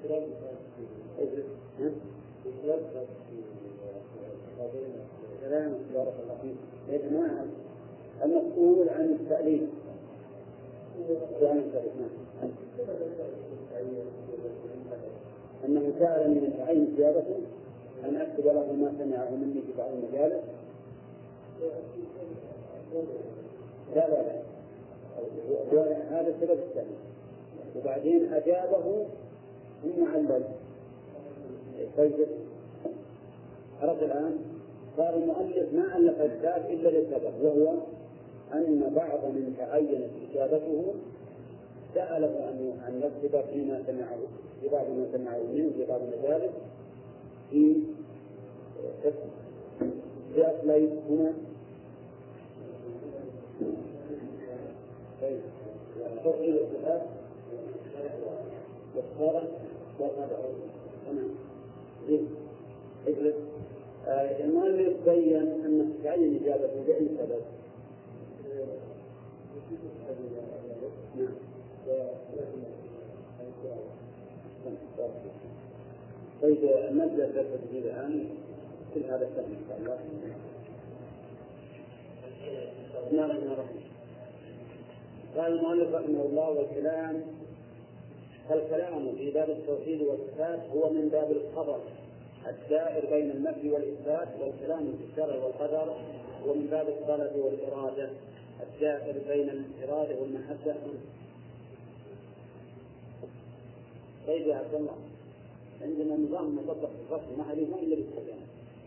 كلام بارك الله فيك. يا جماعة المسؤول عن التأليف عن التأليف أنه سألني من عين زيادته أن أكتب له ما سمعه مني في بعض المجالس. لا لا لا هذا السبب الثاني. وبعدين أجابه المعلم. طيب عرفت الآن؟ صار المؤلف ما ألف الكتاب إلا لسبب، وهو أن بعض من تعينت إجابته سأله أن يكتب فيما سمعه في بعض ما سمعه منه في بعض المجالس في في أصلين هنا. طيب التوحيد والصفات والصورة والقدر. تمام. اجلس. المؤلف بين أن تعين إجابته بأي سبب. نعم. طيب نبدأ بالتدريب الآن في هذا الشأن إن شاء الله. بسم الله الرحمن الرحيم. قال المؤلف رحمه الله والكلام فالكلام في باب التوحيد والصفات هو من باب الخبر الدائر بين النفي والإثبات، والكلام في الشرع والقدر هو من باب الطلب والإرادة الدائر بين الإرادة والمحبة. طيب يا عبد الله عندنا نظام مطبق في الفصل ما عليه إلا بالكلام.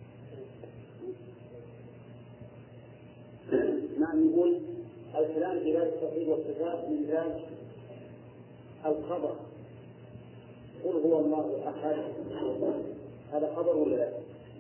نعم. نقول الكلام في باب التوحيد والصفات من باب الخبر. قل هو الله أحد، هذا خبر ولا لا؟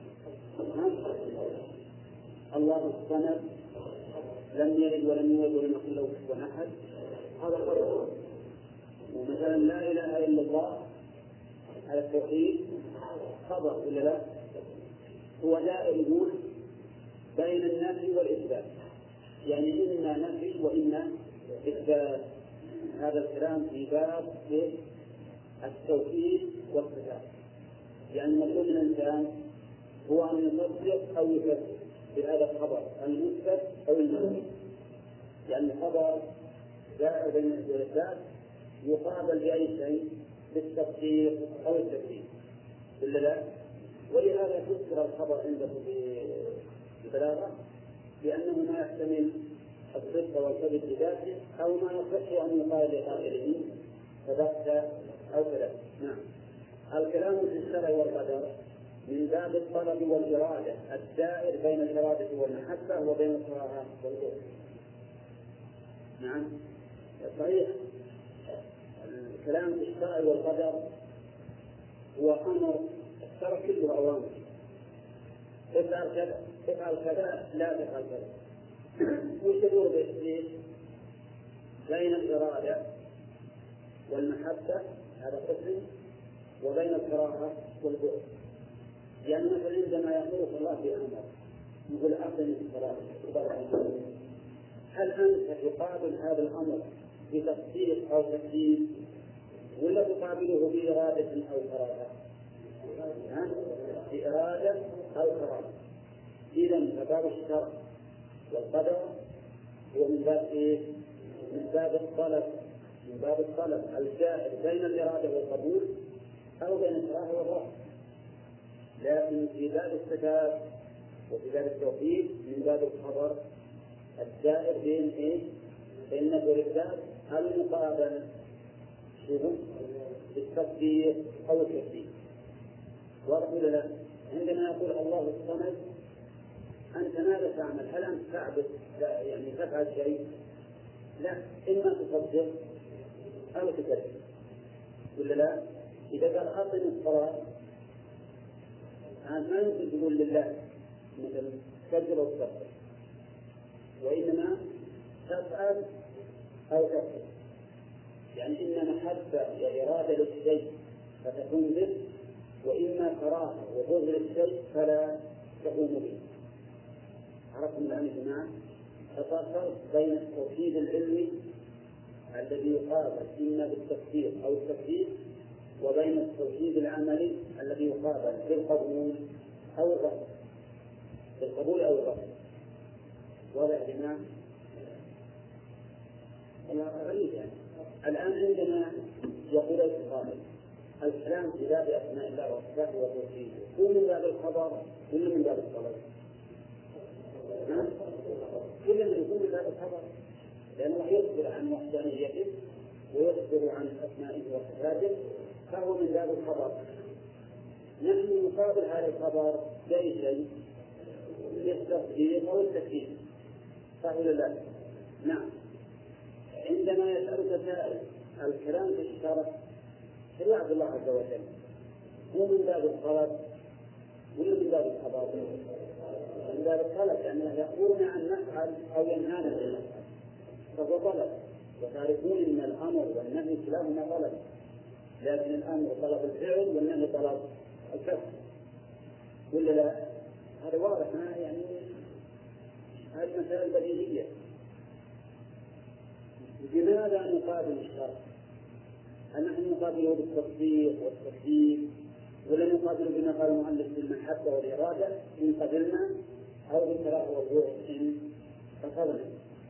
الله الصمد لم يلد ولم يولد ولم يكن له كفوا أحد، هذا خبر. ومثلا لا إله إلا الله على التوحيد خبر ولا لا؟ هو دائر يقول بين النفي والإثبات، يعني إما نفي وإما إثبات. هذا الكلام في باب التوحيد والصفات، يعني مطلوب من الإنسان هو أن يصدق أو يكذب بهذا الخبر المثبت أو المنفي، يعني الخبر دائر بين الإثبات يقابل بأي شيء بالتصديق أو التكذيب ولا لا؟ ولهذا تذكر الخبر عنده في البلاغة لأنه ما يحتمل الصدق والكذب بذاته أو ما يصح أن يقال لقائله صدقت أو كذبت. نعم. الكلام في الشرع والقدر من باب الطلب والإرادة الدائر بين الإرادة والمحبة وبين الكراهة والبغض. نعم صحيح. الكلام في الشرع والقدر هو أمر ترى كله أوامر، افعل كذا افعل كذا لا تفعل كذا. وش يدور بالتفصيل بين الإرادة والمحبة هذا قسم، وبين الكراهة والبغض. يعني مثلا عندما يأمرك الله بأمر يقول أقم الصلاة، هل أنت تقابل هذا الأمر بتصديق أو تكذيب ولا تقابله بإرادة أو كراهة؟ بإرادة أو كراهة. إذن فباب الشرع والقدر هو من باب إيه؟ من باب الطلب، من باب الطلب الجائر بين الإرادة والقبول أو بين الكراهة والرفض. لكن في باب الصفات وفي باب التوحيد من باب الخبر الدائر بين إيه؟ بين النفي والإثبات المقابل بالتصديق أو التكذيب. واضح ولا لا؟ عندما يقول الله الصمد أنت ماذا تعمل؟ هل أنت تعبد يعني تفعل شيء؟ لا، إما تصدق أو تكذب ولا لا؟ إذا قال أقم الصلاة ما يمكن تقول لله مثلا تكذب أو تصدق، وإنما تفعل أو تكذب. يعني إما محبة وإرادة للشيء فتكون به، وإما كراهة وبغض للشيء فلا تقوم به. عرفتم الآن يا جماعة؟ فصار بين التوحيد العلمي الذي يقابل إما بالتفسير أو التكذيب، وبين التوحيد العملي الذي يقابل بالقبول أو الرفض، بالقبول أو الرفض. واضح يا جماعة؟ والله غريب يعني. الآن عندنا يقول القائل الكلام في باب أسماء الله وصفاته وتوحيده هو من باب الخبر ولا من باب الطلب؟ كل من يكون من باب الخبر، لأنه يخبر عن وحدانيته ويخبر عن أسمائه وصفاته، فهو من باب الخبر. نحن نقابل هذا الخبر بأي شيء؟ بالتصديق أو التكذيب، صح ولا لا؟ نعم. عندما يسألك سائل الكلام في الشرع في وعد الله عز وجل هو من باب الطلب ولا من باب الخبر؟ من باب الطلب، لأنه يأمرنا أن نفعل أو ينهانا عن نفعل، فهو طلب. وتعرفون أن الأمر والنهي كلاهما طلب، لكن الأمر طلب الفعل والنهي طلب الكف ولا لا؟ هذا واضح. يعني هذه مسائل بديهية. لماذا نقابل الشرع؟ هل نحن نقابله بالتصديق والتكذيب ولا نقابله بما قال المؤلف بالمحبة والإرادة إن قبلنا، أو بالكراهة والبغض إن رفضنا؟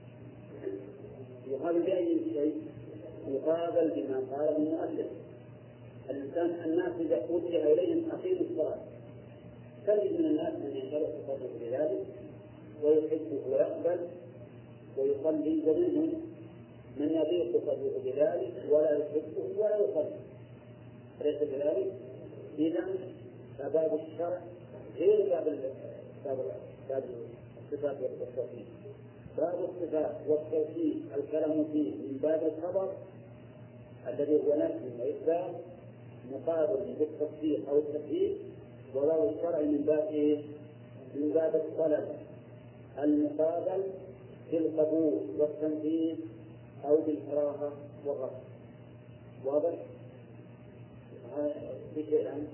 يقابل بأي شيء؟ يقابل بما قال المؤلف. الإنسان الناس إذا أوجه إليهم أقيموا الصلاة تجد من الناس من يشرع صفته بذلك ويحبه ويقبل ويصلي، ومنهم من يضيق صدره بذلك ولا يحبه ولا يصلي، أليس كذلك؟ إذا فباب الشرع غير باب باب الصفات والتوحيد. باب الصفات والتوحيد الكلام فيه من باب الخبر الذي هو نفي وإثبات مقابل بالتصديق أو التكذيب، وباب الشرع من باب إيه؟ من باب الطلب المقابل بالقبول والتنفيذ أو بالكراهة والرفض. واضح؟ بشيء الآن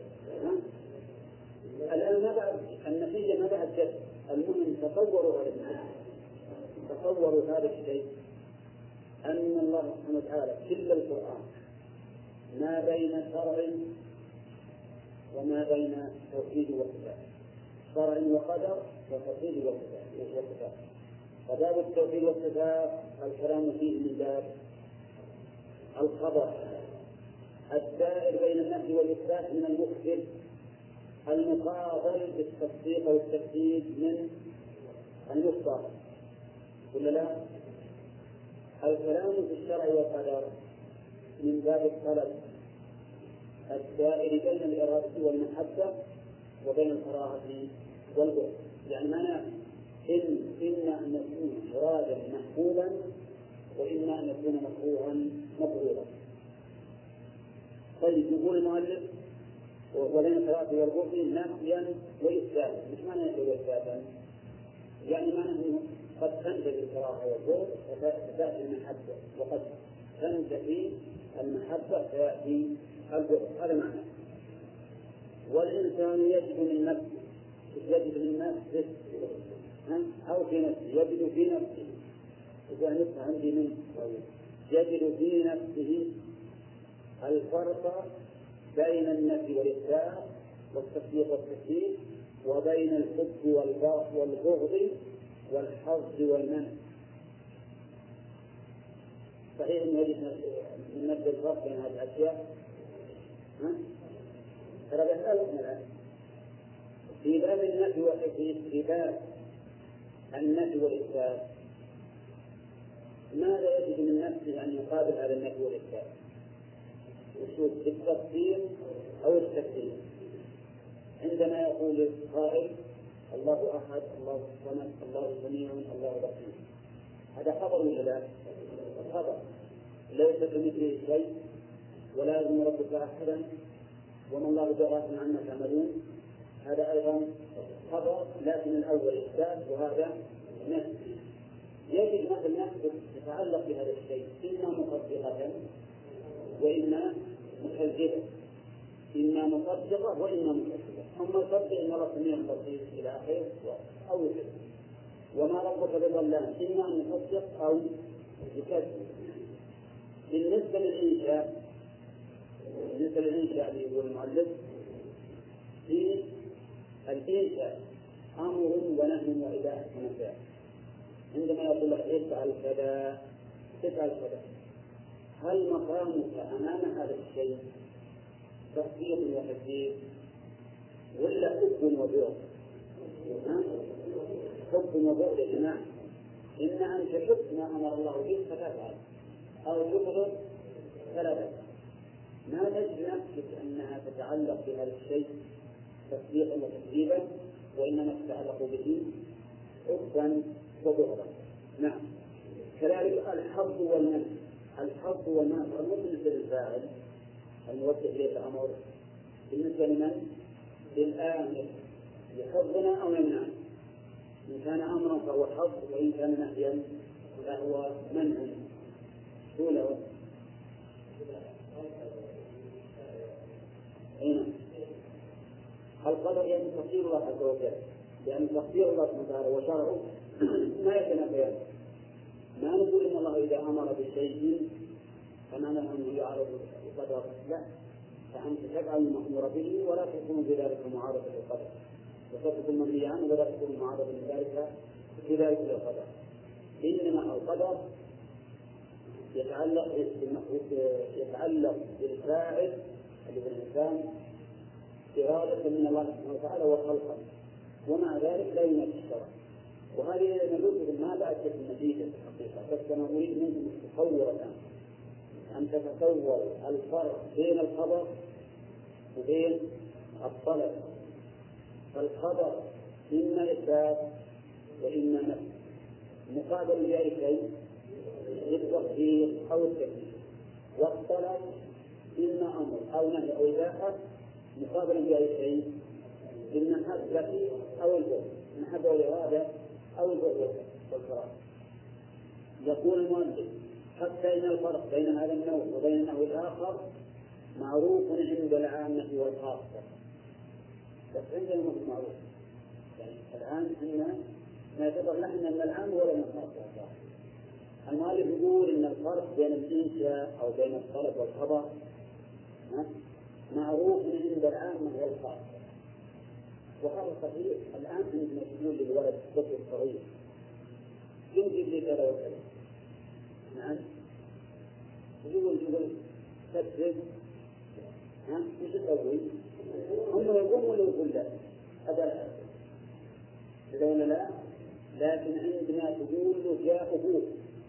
الآن ما بعد النتيجة ما بعد جد. المهم تصوروا هذا الشيء، تصوروا هذا الشيء أن الله سبحانه وتعالى كل القرآن ما بين شرع وما بين توحيد وصفات، شرع وقدر وتوحيد وصفات. فباب التوحيد والصفات الكلام فيه من باب الخبر الدائر بين النفي والإثبات من المخبر، المقابل بالتصديق والتكذيب من المخبر ولا لا؟ الكلام في الشرع والقدر من باب الطلب الدائر بين الإرادة والمحبة وبين الكراهة والبغض. يعني معناه إن إما أن يكون مرادا محبوبا وإما أن يكون مكروها مبغوضا. طيب يقول المؤلف وبين الكراهة والبغض نفيا وإثباتا. مش معنى نفيا وإثباتا؟ يعني معنى أنه قد تنتهي الكراهة والبغض فتأتي المحبة، وقد تنتهي المحبة فيأتي البغض. هذا معنى. والإنسان يجد من نفسه، يجد من نفسه أو في نفسه، يجد في نفسه، إذا نفسه عندي منه يجد في نفسه الفرق بين النفي والإثبات والتصديق والتكذيب، وبين الحب والبغض والحظ والمنع. صحيح أن يجد من نفس الفرق بين هذه الأشياء، ترى بهذا من الآن في باب النفي والإثبات، في باب النفي والإثبات ماذا يجد من نفسه أن يقابل هذا النفي والإثبات؟ وشوف التفسير أو التكذيب. عندما يقول القائل الله أحد، الله الصمد، الله سميع، الله بصير، هذا خبر ولا لا؟ خبر. ليس كمثله شيء، ولا يظن ربك أحدا، وما الله بغافل عما تعملون، هذا أيضا خبر، لكن الأول إثبات وهذا نفي. يجد مثل نفسه يتعلق بهذا الشيء إما مصدقة وإما مكذبة، إما مصدقة وإما مكذبة. أما الصدق إن الله سميع بصير إلى آخره أو يكذب. وما ربك بظلام، إما أن يصدق أو يكذب. بالنسبة للإنشاء، بالنسبة للإنشاء اللي هو المؤلف، في الإنشاء أمر ونهي وإباحة ونفي. عندما يقول لك افعل كذا افعل كذا، هل مقامك أمام هذا الشيء تصديق وتكذيب ولا حب وبغض؟ حب وبغض يا جماعة. إما أن تحب ما أمر الله به فتفعل، أو تبغض فلا تفعل. ما تجد نفسك أنها تتعلق بهذا الشيء تصديقا وتكذيبا، وإنما تتعلق به حبا وبغضا. نعم. كذلك الحظ والمنع. الحظ والمنع مو بالنسبة للفاعل الموجه إليه الأمر، بالنسبة لمن؟ للآمر، يحظنا أو يمنع. إن كان أمرا فهو حظ، وإن كان نهيا فهو منع. شو له؟ هنا القدر يعني تقدير الله عز وجل، لأن تقدير الله سبحانه وتعالى وشرعه ما يتنافيان. ما نقول إن الله إذا أمر بشيء فمعنى أنه يعرض القدر، لا، فأنت تفعل المأمور به ولا تكون بذلك معارضة للقدر، وتكون منهي عنه ولا تكون معارضة لذلك بذلك للقدر. إنما القدر يتعلق يتعلق بالفاعل اللي هو الإنسان إرادة من الله سبحانه وتعالى وخلقا، ومع ذلك لا ينافي الشرع. وهذه نقول ما بعد في النتيجة الحقيقة، بس أنا أريد منكم تتصور الآن، أن تتصور الفرق بين الخبر وبين الطلب. فالخبر إما إثبات وإما نفي، مقابل بأي شيء للتقدير أو التكذيب. والطلب إما أمر أو نهي أو إباحة، مقابل بأي شيء بالمحبة أو البغض، المحبة والإرادة أو البغض والكراهة. يقول المؤلف حتى إن الفرق بين هذا النوع وبين النوع الآخر معروف عند العامة والخاصة. بس عندنا مش معروف، يعني الآن إحنا نعتبر نحن من العام ولا من الخاصة. المؤلف يقول إن الفرق بين الإنشاء أو بين الطلب والخبر معروف عند العامة والخاصة، وهذا صحيح. الآن عندما تقول للولد الطفل الصغير ينجب لي كذا وكذا، نعم، يقول يقول كذب، ها وش تسوي؟ هم يقول ولا يقول لا؟ هذا إذا ولا لا؟ لكن عندما تقول له جاء أبوك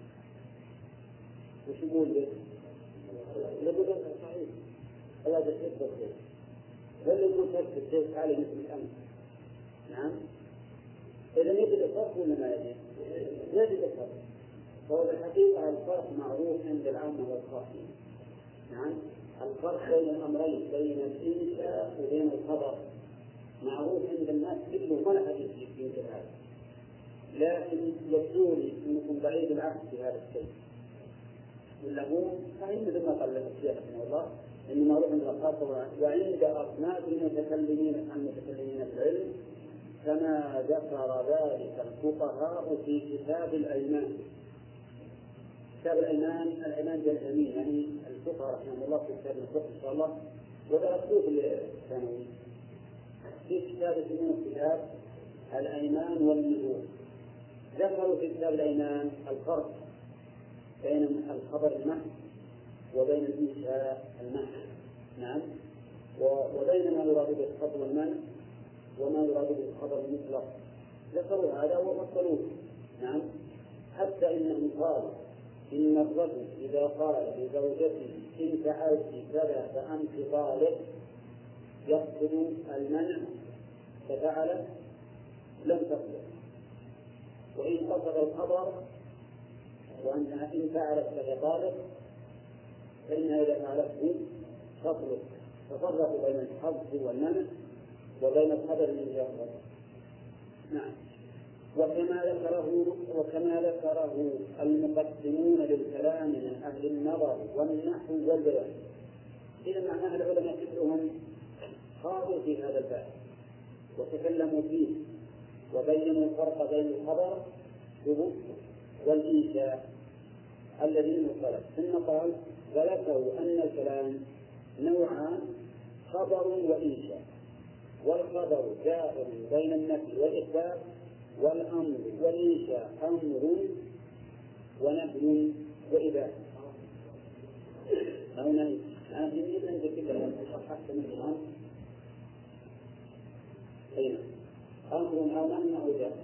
وش يقول له؟ يقول له صحيح هذا الشيء صحيح، ولا يقول كذب الشيء حالي مثل الأمس. نعم. إذا يجب الفرق ولا ما يجب؟ يجب الفرق. فهو بالحقيقة الفرق معروف عند العامة والخاصة. نعم. الفرق بين الأمرين بين الإنشاء وبين الخبر معروف عند الناس كله، ما له حديث في هذا، لكن يبدو لي أنكم بعيد العهد في هذا الشيء، ولا هو صحيح مثل ما قال الشيخ رحمه الله إنه معروف عند الخاصة وعند أصناف المتكلمين عن متكلمين في العلم، كما ذكر ذلك الفقهاء في كتاب الأيمان. كتاب الأيمان، الأيمان باليمين، يعني الفقهاء رحمه الله في كتاب الفقه إن شاء الله ودرسوه في الثانوي في كتاب اسمه كتاب الأيمان والنذور. ذكروا في كتاب الأيمان الفرق بين الخبر المحض وبين الإنشاء المحض، نعم، وبين ما يراد به الخبر والمنع وما يراد به الخبر المطلق. ذكروا هذا وفصلوه، نعم، حتى إنهم قالوا إن الرجل إذا قال لزوجته إن فعلت كذا فأنت طالق يقصد المنع ففعل لم تقبل، وإن قصد الخبر وأنها إن فعلت فهي طالق فإنها إذا فعلته تطلق. ففرقوا بين الحظ والمنع وبين الخبر الذي يقبل، نعم. وكما ذكره وكما ذكره المقدمون للكلام من أهل النظر والنحو والبيان. إذا معناه العلماء كلهم خاضوا في هذا الباب وتكلموا فيه وبينوا الفرق بين الخبر والإنشاء الذي مختلف. ثم قال وذكروا أن الكلام نوعان، خبر وإنشاء، والخبر جائر بين النفي والإثبات، والأمر والإنشاء أمر ونفي وإباحة أو نهي. أنا في مثل أن تكلم حتى من الآن أين أمر أو نهي أو إباحة.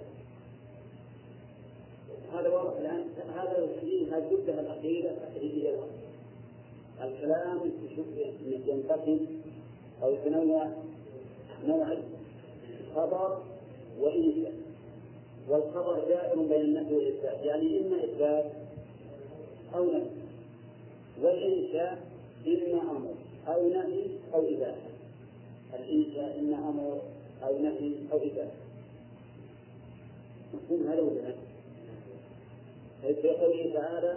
هذا واضح الآن. هذا الحديث هذه جدها الأخيرة تحديد الكلام ينقسم أو يتنوع نوعين، خبر وإنشاء. والخبر دائر بين النفي والإثبات، يعني إما إثبات أو نفي، والإنشاء إما أمر أو نهي أو إباحة. الإنشاء إما أمر أو نهي أو إباحة. مفهوم هذا ولا لا؟ في قوله تعالى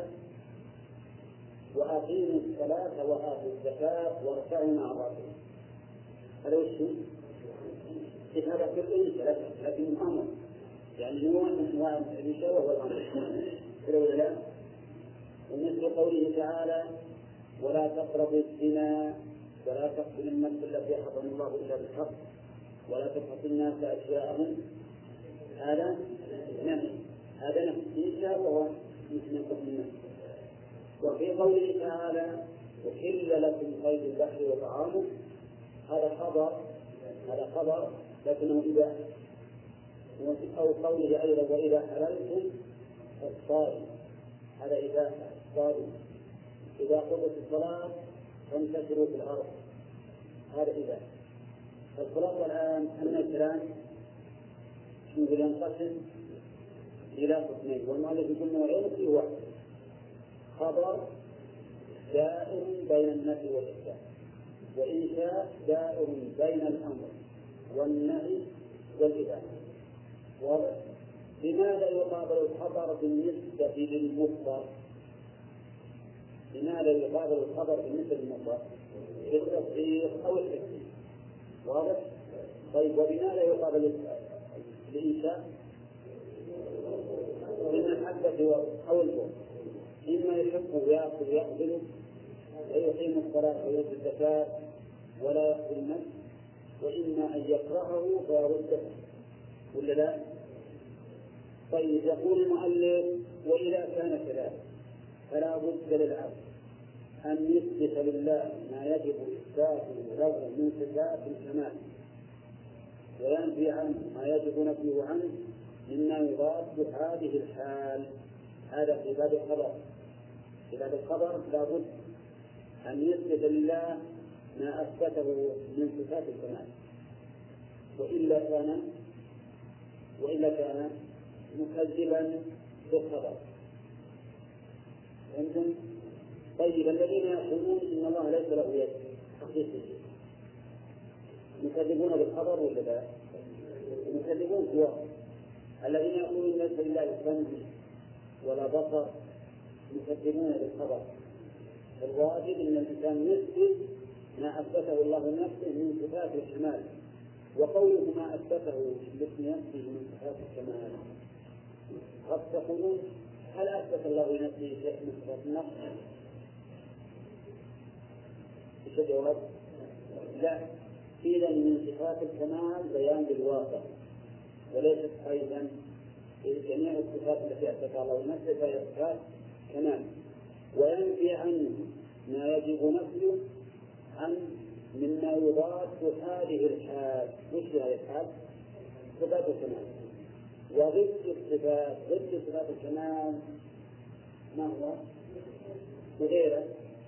وأقيموا الصلاة وآتوا الزكاة واركعوا مع الراكعين، هذا وش هو؟ هذا في الإنشاء لكن أمر، يعني نوع من أنواع الإنشاء وهو الأمر، كذا ولا لا؟ ومثل قوله تعالى ولا تقربوا الزنا ولا تقتلوا النفس التي حرم الله إلا بالحق ولا تبخسوا الناس أشياءهم، هذا نهي، هذا نهي إنشاء وهو من قسم النفس. وفي قوله تعالى أحل لكم صيد البحر وطعامه، هذا خبر، هذا خبر لكنه إباحة. أو قوله أيضا وإذا حللتم فاصطادوا، هذا إباحة الصيد. إذا قضت الصلاة فانتشروا في الأرض، هذا إباحة. الخلاصة الآن أن الكلام ينقسم إلى قسمين، والمؤلف يقول نوعين في واحد، خبر دائر بين النفي والإثبات، وإنشاء دائر بين الأمر والنهي والإباحة. لماذا يقابل الخبر بالنسبة للمخبر؟ لماذا يقابل الخبر بالنسبة للمخبر؟ بالتصديق أو التكذيب، واضح؟ طيب ولماذا يقابل الإنشاء بالمحبة أو البغض؟ إما يحب ويأخذ ويقبل ويقيم الصلاة ويؤتي الزكاة ولا يقبل النفس، وإما أن يكرهه فيرده، ولا لا؟ طيب يقول المؤلف وإذا كان كذلك فلا بد للعبد أن يثبت لله ما يجب إثباته له من صفات الكمال، وينفي عنه ما يجب نفيه عنه مما يضاد هذه الحال. هذا في باب الخبر. في باب الخبر لا بد أن يثبت لله ما أثبته من صفات الكمال، وإلا كان وإلا كان مكذبا بالخبر. فهمتم؟ طيب الذين يقولون إن الله ليس له يد حقيقة يكذبون بالخبر ولا لا؟ يكذبون هو الذين يقولون ليس لله سمع ولا بصر يكذبون بالخبر. الواجب أن الإنسان يثبت ما أثبته الله لنفسه من صفات الكمال، وقوله ما أثبته لاسم نفسه من صفات الكمال. قد تقولون هل أثبت الله لنفسه شيء من صفات النفس؟ ايش الجواب؟ لا، إذا من صفات الكمال بيان بالواقع، وليست أيضا جميع الصفات التي أثبتها الله لنفسه فهي صفات كمال، وينفي عنه ما يجب نفيه عن مما يضاد هذه الحال. وش هذه الحال؟ صفات الكمال. وضد الصفات ضد صفات الكمال ما هو؟ غيره،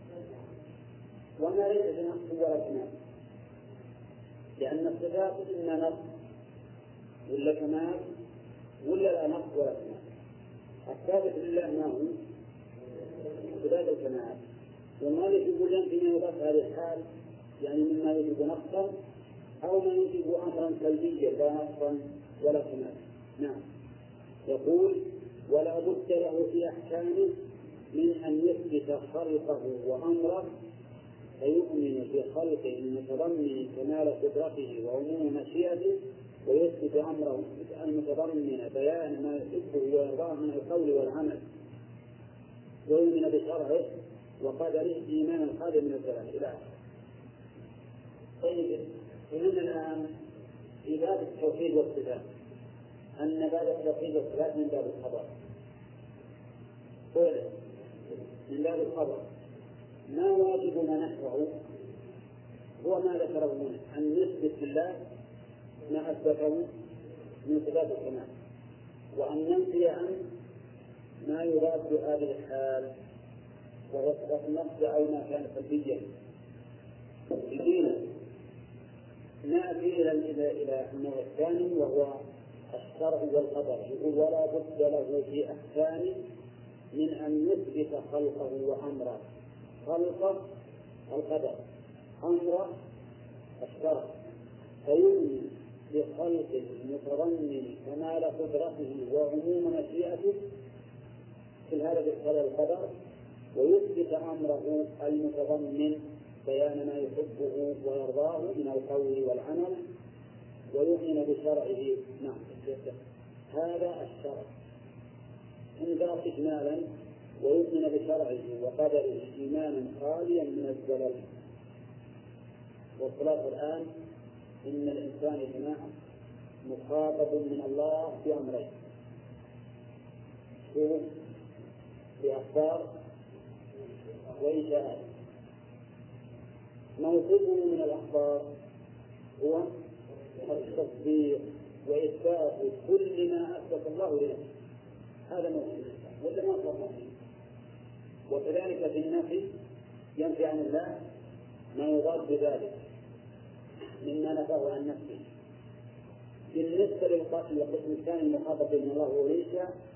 وما ليس بنقص ولا كمال، لأن الصفات إما نقص ولا كمال ولا لا نقص ولا كمال. الثابت لله ما هو؟ صفات الكمال. والمؤلف يقول ينفي ما يضاف هذه الحال، يعني مما يجب نقصا أو ما يجب أمرا سلبيا لا نقصا ولا كمال. نعم. يقول ولا بد له في أحكامه من أن يثبت خلقه وأمره، فيؤمن بخلقه المتضمن كمال قدرته وعموم مشيئته، ويثبت أمره المتضمن بيان ما يحبه ويرضاه من القول والعمل، ويؤمن بشرعه وقدره إيمانا خاليا من الزلال إلى آخره. طيب، فهمنا الآن في باب التوحيد والصفات أن باب التوحيد والصفات من باب الخبر، من باب الخبر. ما واجبنا نحوه هو ما ذكره هنا، أن نثبت لله ما أثبته من صفات الكمال، وأن ننفي عنه ما يراد بهذه الحال وهو صفات النقص أو ما كان سلبيا. الدين نأتي إلى إلى إلى النوع الثاني وهو الشرع والقدر. يقول ولا بد له في أحكامه من أن يثبت خلقه وأمره. خلقه القدر، أمره الشرع، فيؤمن بخلقه المتضمن كمال قدرته وعموم مشيئته في هذا بالقدر القدر، ويثبت أمره المتضمن بيان ما يحبه ويرضاه من القول والعمل، ويؤمن بشرعه. نعم، هذا الشرع انذار إجمالا، ويؤمن بشرعه وقدره إيمانا خاليا من الزلل. والخلاصة الآن إن الإنسان يا جماعة مخاطب من الله بأمرين: بأخبار وإنشاءات. موقفه من الأخبار هو التصديق وإثبات كل ما أثبت الله لنفسه، هذا موقف ولا ما صار. وكذلك في النفي ينفي عن الله ما يضاد بذلك مما نفاه عن نفسه. بالنسبة للقسم الثاني المخاطب من الله وليس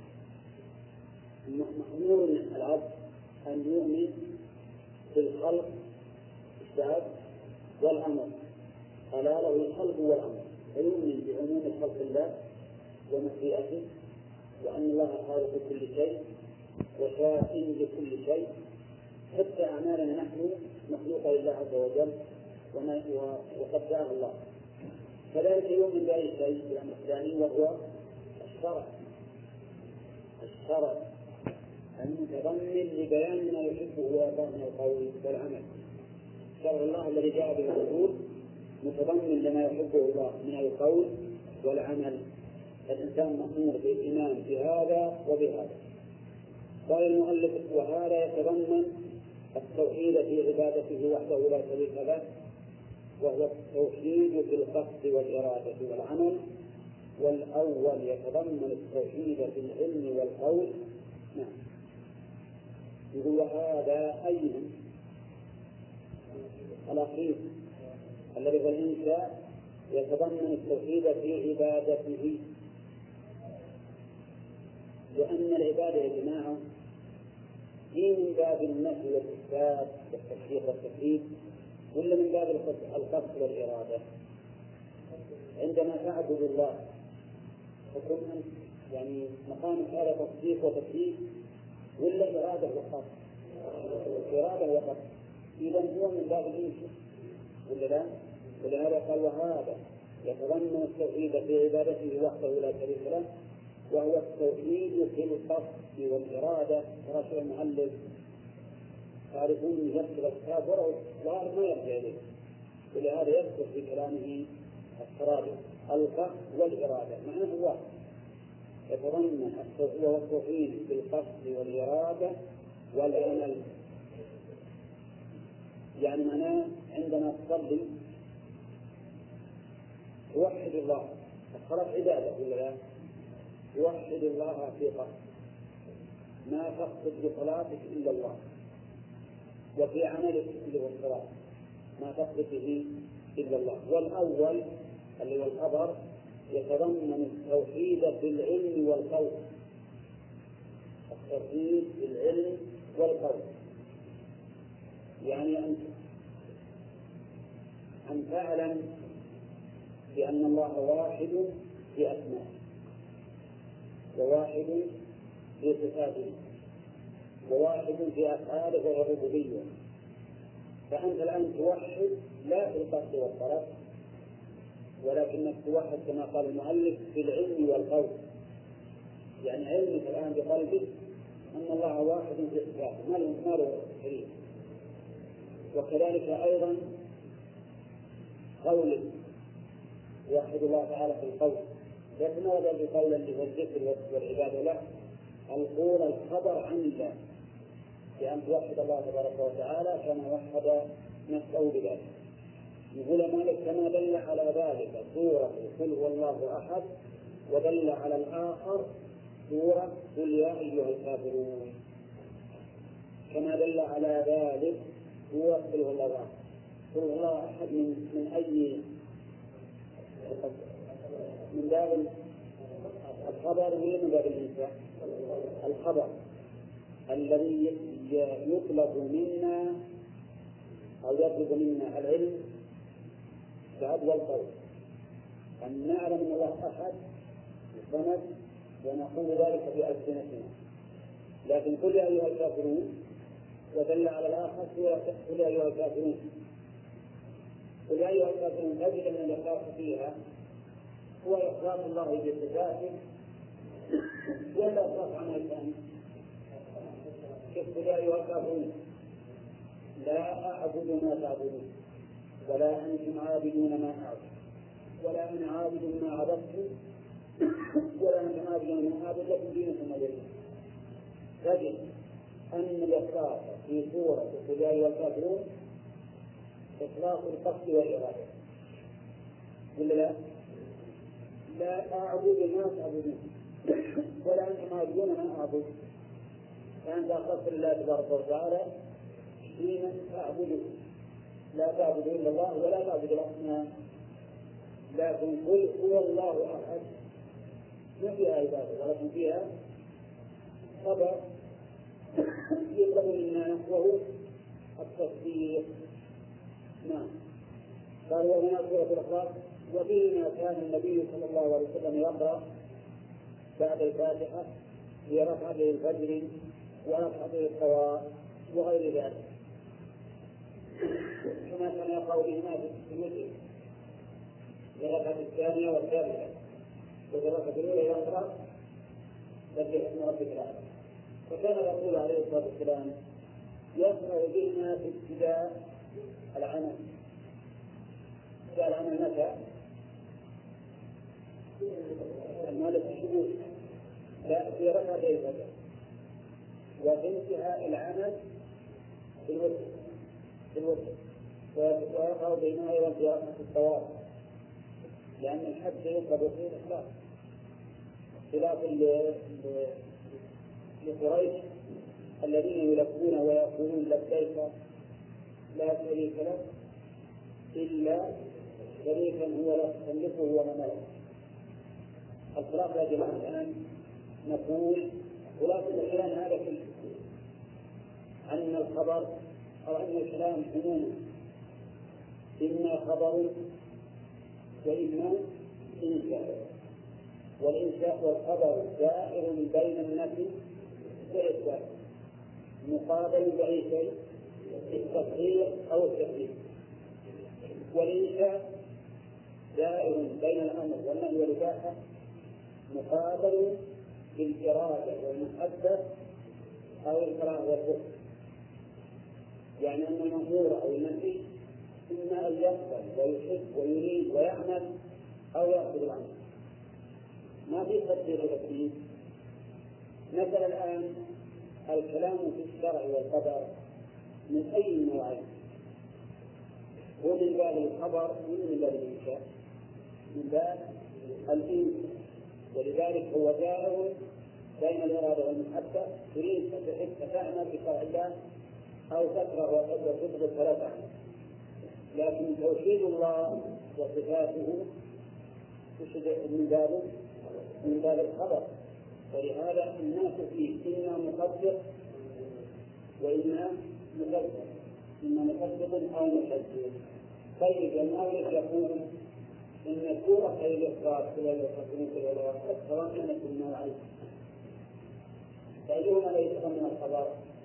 مأمور العبد أن يؤمن بالخلق الشاب والأمر، قال له الخلق والأمر، فيؤمن بعموم خلق الله ومشيئته، وأن الله خالق كل شيء وشافٍ لكل شيء، حتى أعمالنا نحن مخلوقة لله عز وجل وقد جاء الله. كذلك يؤمن بأي شيء بالأمر الثاني وهو الشرع، الشرع المتضمن لبيان ما يحبه ويرضاه من القول والعمل. شرع الله الذي جاء به الرسول متضمن لما يحبه الله من القول والعمل. الإنسان مأمور بالإيمان بهذا وبهذا. قال المؤلف وهذا يتضمن التوحيد في عبادته وحده لا شريك له، وهو التوحيد في القصد والإرادة والعمل. والأول يتضمن التوحيد في العلم والقول. نعم. يقول وهذا أيضا الأخير الذي هو الإنشاء يتضمن التوحيد في عبادته، لأن العبادة يا جماعة هي من باب النفي والإثبات والتصديق والتكذيب ولا من باب القصد والإرادة؟ عندما تعبد الله تكون أنت يعني مقامك هذا تصديق وتكذيب ولا إرادة وقصد؟ إرادة وقصد. إذا هو من باب الإنشاء ولا لا؟ ولهذا قال وهذا يتضمن التوحيد في عبادته وحده لا شريك له، وهو التوحيد في القصد والإرادة. رسول المؤلف تعرفون يذكر الكتاب وراه ظاهر ما يرجع إليه، ولهذا يذكر في كلامه الترابط القصد والإرادة معناه واحد، يتضمن التوحيد في القصد والإرادة والعمل. يعني معناه عندما تصلي توحد الله، الصلاة عبادة ولا لا؟ توحد الله في قصد، ما تقصد بصلاتك إلا الله، وفي عملك اللي هو الصلاة ما تقصد به إلا الله. والأول اللي هو الخبر يتضمن التوحيد في العلم والقول، التوحيد في العلم والقول، يعني أن أن تعلم بأن الله واحد في أسمائه وواحد في صفاته وواحد في أفعاله والربوبية. فأنت الآن توحد لا في القصد والطلب، ولكنك توحد كما قال المؤلف في العلم والقول، يعني علمك الآن بقلبك أن الله واحد في صفاته ما له شريك، وكذلك أيضا قولك يوحد الله تعالى في القول، لكن هذا بقول اللي هو الذكر والعبادة، لا، القول الخبر عن الله بأن توحد الله تبارك وتعالى كما وحد نفسه بذلك. يقول مالك كما دل على ذلك سورة قل هو الله أحد، ودل على الآخر سورة قل يا أيها الكافرون. كما دل على ذلك سورة قل هو الله أحد. قل هو الله أحد من من أي من باب الخبر ولا من باب الإنشاء؟ الخبر الذي يطلب منا أو يطلب منا العلم بعد والقول، أن نعلم أن الله أحد الصمد ونقول ذلك بألسنتنا. لكن قل يا أيها الكافرون ودل على الآخر قل يا أيها الكافرون. قل يا أيها الكافرون تجد أن الإخلاص فيها هو إخلاص الله بصفاته ولا إخلاص عن الثاني؟ قل يا أيها الكافرون لا أعبد ما تعبدون ولا أنتم عابدون ما أعبد ولا أنا عابد ما عبدتم ولا أنتم عابدون ما أعبد لكم دينكم ولي دين. تجد أن الإخلاص في سورة قل يا أيها الكافرون إخلاص القصد والإرادة ولا لا؟ لا أعبد ما تعبدون ولا أنتم عابدون ما أعبد، فأنت أخذت لله تبارك وتعالى حين تعبده، لا تعبد إلا الله ولا تعبد الأصنام. لكن قل هو الله أحد ما فيها عبادة ولكن فيها خبر يطلب للناس وهو التصديق. نعم. قال وهنا سورة الإخلاص وفيما كان النبي صلى الله عليه وسلم يقرأ بعد الفاتحة في ركعة الفجر وركعة الطواف وغير ذلك، كما كان يقرأ بهما في الوتر في الركعة الثانية والثالثة، وفي الركعة الأولى يقرأ سبح اسم ربك الأعلى. فكان الرسول عليه الصلاة والسلام يقرأ بهما في ابتداء العمل. ابتداء العمل متى؟ المالك الشهور لا في ركعة الفجر، وفي انتهاء العمل في الوتر في الوتر ويقرأ بينها أيضا في ركعة الطواف، لأن الحج يطلب فيه الإخلاص خلاف لقريش الذين يلبون ويقولون لبيك لا شريك لك إلا شريكا هو لا تكلفه ولا ملك. الخلاف يا جماعة الآن نقول خلاصة الكلام هذا كله أن الخبر أو أن الكلام عموما إما خبر وإما إنشاء، والإنشاء والخبر دائر بين النفي والإثبات، مقابل بأي شيء التصديق أو التكذيب. والإنشاء دائر بين الأمر والنهي والإباحة، مقابل بالإرادة والمحبة أو الكراهة والكفر. يعني أن المأمور أو النهي إما أن يقبل ويحب ويريد ويعمل أو يأخذ الأمر، ما في تصديق وتكذيب. مثلا الآن الكلام في الشرع والقدر من أي نوعين؟ هو من باب الخبر من باب الإنشاء؟ من باب الإنشاء. ولذلك هو دائر بين الإرادة والمحبة، تريد فتحب فتعمل بشرع الله أو تكره وتبغض فلا تعمل. لكن توحيد الله وصفاته من باب من باب الخبر، ولهذا الناس فيه إما مصدق وإما مكذب، إما مصدق أو مكذب. طيب المؤلف يقول إن سورة الإخبار كلا يخبرون كلا يخبرون تضمنت النوعين، فأيهما لا يتضمن الخبر؟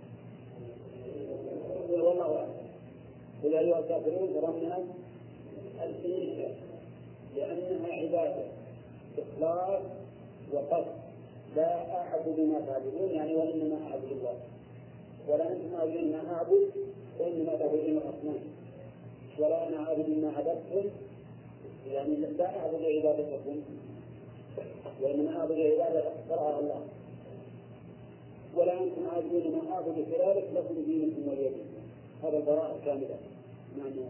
والله أعلم. قل يا أيها الكافرون تضمنت الإنشاء لأنها عبادة إخلاص وقصد، لا أعبد ما تعبدون يعني وإنما أعبد الله، ولا أنتم عابدون ما أعبد وإنما تعبدون الأصنام، ولا أنا عابد ما عبدتم يعني لا أعبد عبادتكم وإنما أعبد عبادة شرعها الله، ولا أنتم عابدون ما أعبد كذلك لكم دينكم ولي دين. هذا البراءة كاملة. معنى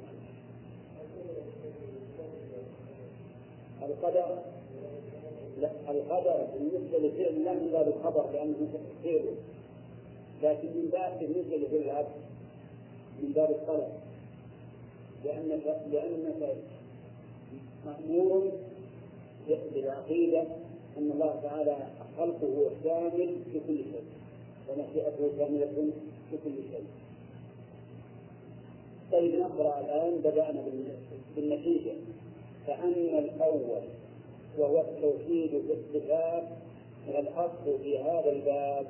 القدر لا، القدر بالنسبة لفعل الله من باب الخبر لأنه تفسيره، لكن من باب بالنسبة لفعل العبد من باب الطلب، لأنك لأنك مأمور بالعقيدة أن الله تعالى خلقه كامل في كل شيء ومشيئته كاملة في كل شيء. طيب نقرأ الآن، بدأنا بالنتيجة. فأما الأول وهو التوحيد بالصفات الأصل في هذا الباب.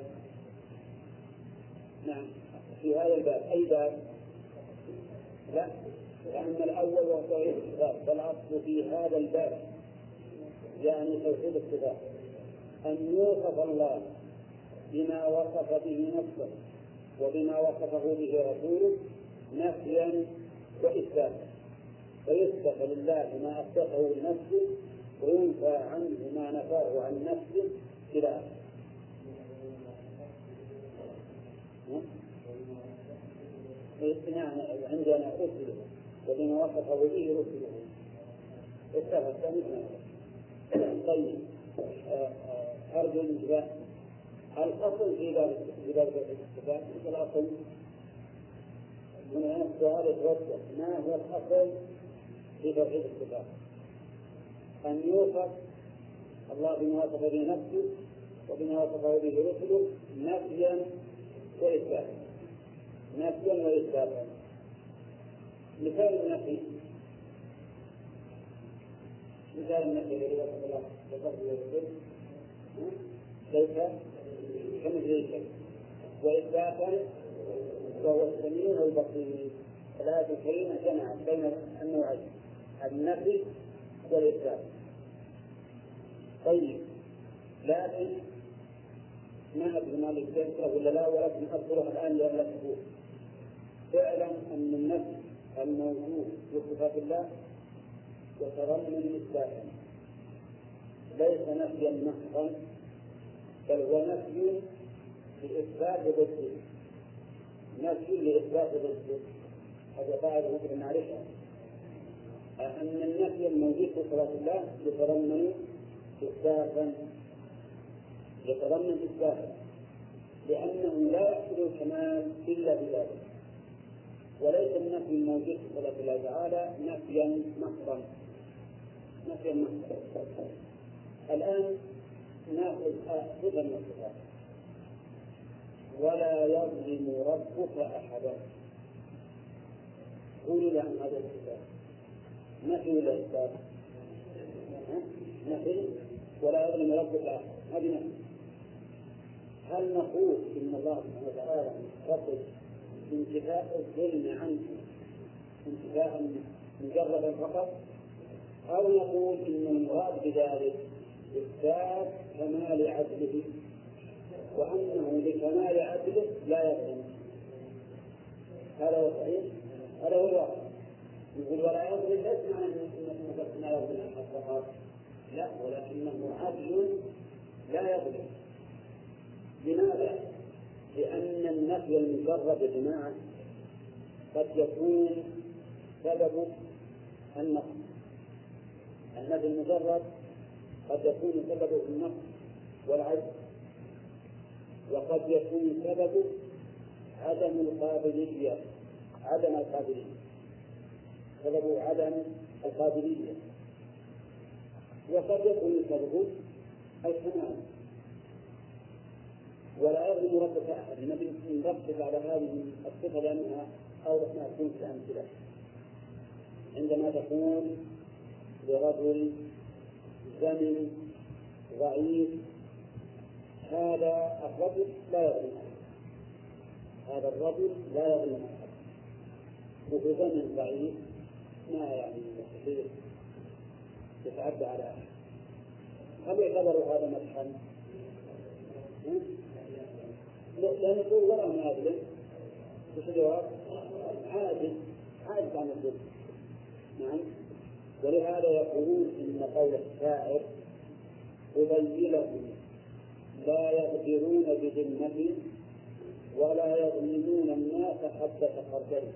نعم في هذا الباب. أي باب؟ لا، فأما الأول وهو توحيد الصفات فالأصل في هذا الباب يعني توحيد الصفات أن يوصف الله بما وصف به نفسه وبما وصفه به رسوله نفيا وإثباتا، فيثبت لله ما أثبته لنفسه وينفى عنه ما نفاه عن نفسه إلى آخره. نعم عندنا رسله وبما وصفه به رسله اتفق مثلا. طيب أرجو الانتباه. الأصل في باب الصفات مثل الأصل من هنا السؤال يتوجه ما هو الأصل في توحيد الصفات؟ أن يوصف الله بما وصف به نفسه وبما وصفه به رسله نفيا وإثباتا، نفيا وإثباتا. مثال النفي مثال النفي الذي وصف الله بصفه ورسله ليس كمثله شيء، وإثباتا وهو السميع البصير. الآية الكريمة جمعت بين النوعين النفي والإثبات. طيب لكن ما أدري ما للذكر ولا لا، ولكن أذكرها الآن لأن لا تقول. اعلم أن النفي الموجود في صفات الله يتضمن إثباتا، ليس نفيا محضا بل هو نفي لإثبات ضده، نفي لإثبات ضده. هذا قاعدة ممكن نعرفها، أن النفي الموجود في صفات الله يتضمن إثباتا يتضمن إثباتا لأنه لا يحصل الكمال إلا بذلك، وليس النفي الموجود في صفات الله تعالى نفيا محضا نفيا محضا. الآن نأخذ صفة من الصفات ولا يظلم ربك أحدا. قولوا لهم هذا الكتاب نفي ولا إثبات؟ نفي. ولا يظلم ربك أحدا هذه نفي. هل نقول إن الله سبحانه وتعالى يقصد انتفاء الظلم عنه انتفاء مجردا فقط، أو نقول إن المراد بذلك إثبات كمال عدله وأنه لكمال عدله لا يظلم؟ هذا هو صحيح، هذا هو الواقع. يقول ولا يظلم ليس معنى أنه لا يظلم الحق، لا، ولكنه عدل لا يظلم. لماذا؟ لأن النفي المجرد يا جماعة قد يكون سبب النقص. النفي المجرد قد يكون سببه النقص والعجز، وقد يكون سبب عدم القابلية عدم القابلية سبب عدم القابلية وقد يكون سبب الكمال. ولا يظلم ربك أحد. نبي نركز على هذه الصفة لأنها أوضح ما تكون في الأمثلة. عندما تقول لرجل زمن ضعيف هذا الرجل لا يظلم هذا الرجل لا يظلم أحد، وفي زمن ضعيف ما يعني يستطيع يتعدى على أحد. هل يعتبر هذا مدحا؟ لا نقول ولا ما يظلم. وش الجواب؟ عاجز عاجز عن الظلم. نعم. ولهذا يقولون إن قول الشاعر قبيلهم لا يغدرون بذمة ولا يظلمون الناس حتى تقدروا.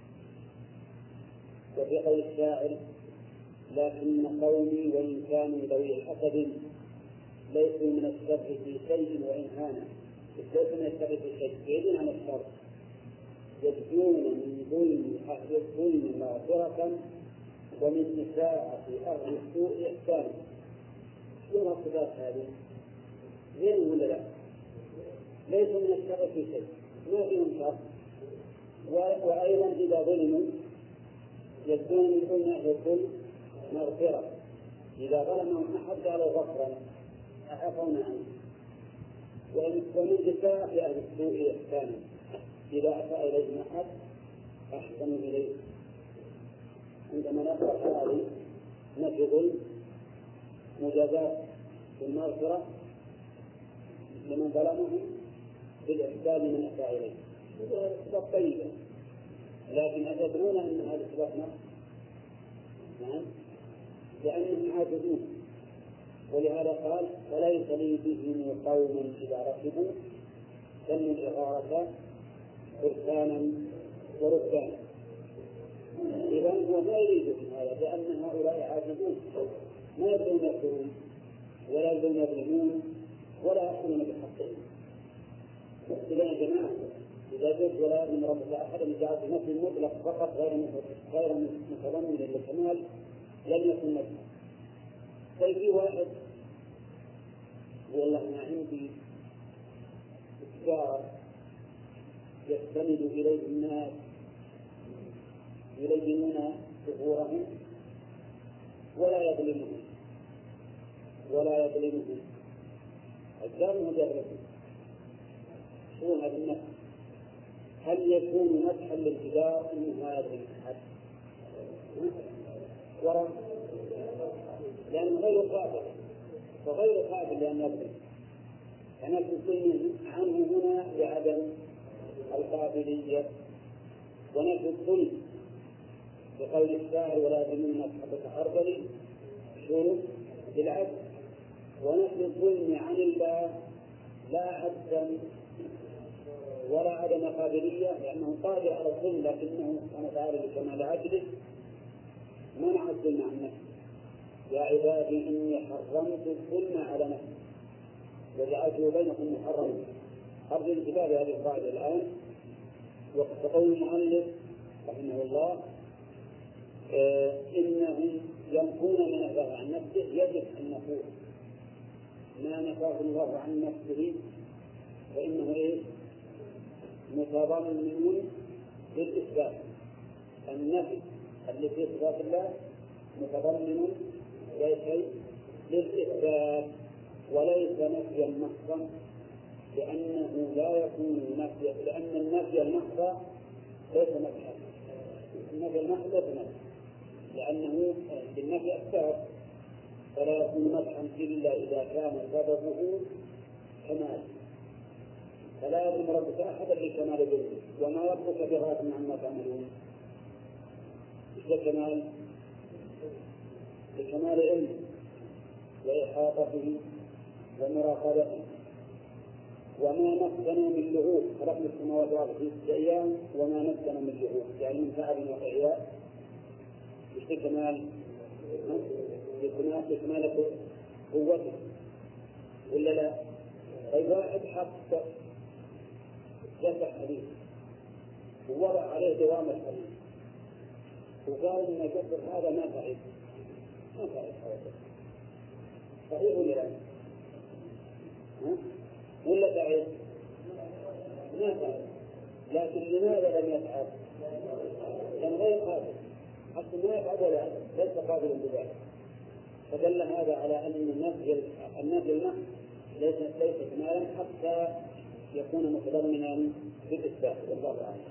وفي قول الشاعر لكن قومي وإن كانوا ذوي حسد ليسوا من الشر في شيء وإن هانا. ليسوا من الشر في شيء، بعيدين عن الشر، يبدون من ظلم أهل الظلم مغفرة ومن إساءة أهل السوء إحسانا. شنو الصفات هذه؟ غير ولا لا؟ ليسوا من الشر في شيء، ما فيهم شر. وأيضا إذا ظلموا يبدون من ظلم أهل الظلم مغفرة. إذا ظلمهم أحد قالوا غفرا عفونا عنه. ومن إساءة أهل السوء إحسانا، إذا أساء إليهم أحد أحسنوا إليه. عندما نقرأ هذه نفي ظلم مجازات بالمغفرة لمن ظلمهم بالإحسان من أساء إليه، هذه صفات طيبة. لكن أتدرون أن هذه صفات نقص؟ نعم، لأنهم عاجزون. ولهذا قال فليس لي بهم قوما إذا ركبوا سموا الإغارة فرسانا وركبانا. إذا هو ما يريد من هذا، لأن هؤلاء عاجزون، ما يبدون يكفرون ولا يبدون يظلمون ولا يحكمون بحقهم. إذا يا جماعة إذا جئت ولا يظلم ربك أحدا جعلت نفي مطلق فقط غير غير متضمن للكمال لم يكن نفسه. طيب في واحد والله أنا عندي تجارة يستند إليه الناس يلينون ظهورهم ولا يظلمهم ولا يظلمهم الجار مجرد. شو هذا النفس؟ هل يكون مدحا للجدار انه ما يظلم احد؟ ورم لانه غير قابل فغير قابل لان يظلم. فنفي الظلم عنه هنا لعدم القابليه، ونفي الظلم بقول الشاعر ولا يظلمون حبة خردل شروط بالعدل. ونفي الظلم عن الله لا عدلا ولا عدم قابلية، لأنه قادر على الظلم لكنه سبحانه وتعالى بكمال عدله منع الظلم عن نفسه. يا عبادي إني حرمت الظلم على نفسي وجعلته بينكم محرما. أرجو الانتباه لهذه القاعدة الآن. وقول المؤلف رحمه الله آه إنهم ينفون ما نفاه عن نفسه. يجب أن نقول ما نفاه الله عن نفسه فإنه إيه؟ متضمن للإثبات. النفي الذي في إثبات الله متضمن لشيء للإثبات وليس نفيا محضا، لأنه لا يكون النفي، لأن النفي المحض ليس نفيا. النفي المحض ليس نفيا، لأنه بالنفي أسباب، فلا يكون مدحا إلا إذا كان سببه كمال، فلا يظلم ربك أحدا لكمال علمه، وما ربك بغافل عما تعملون. لكمال لكمال علمه وإحاطته ومراقبته. وما مسنا من لغوب، خلقنا السماوات والأرض في ستة أيام وما مسنا من لغوب، يعني من تعب وإعياء. لكمال لكمال قوته ولا لا؟ طيب واحد حط جسد حديث ووضع عليه دوام الحديث وقال إن الجسد هذا ما فعل ما فعل هذا صحيح ولا لا؟ ولا فعل؟ ما فعل. لكن لماذا لم يفعل؟ كان غير قادر، حتى ما يفعل ولا ليس قادرا بذلك. فدل هذا على أن النفي النفي المحض ليس ليس كمالا حتى يكون متضمنا بالإثبات. والله أعلم.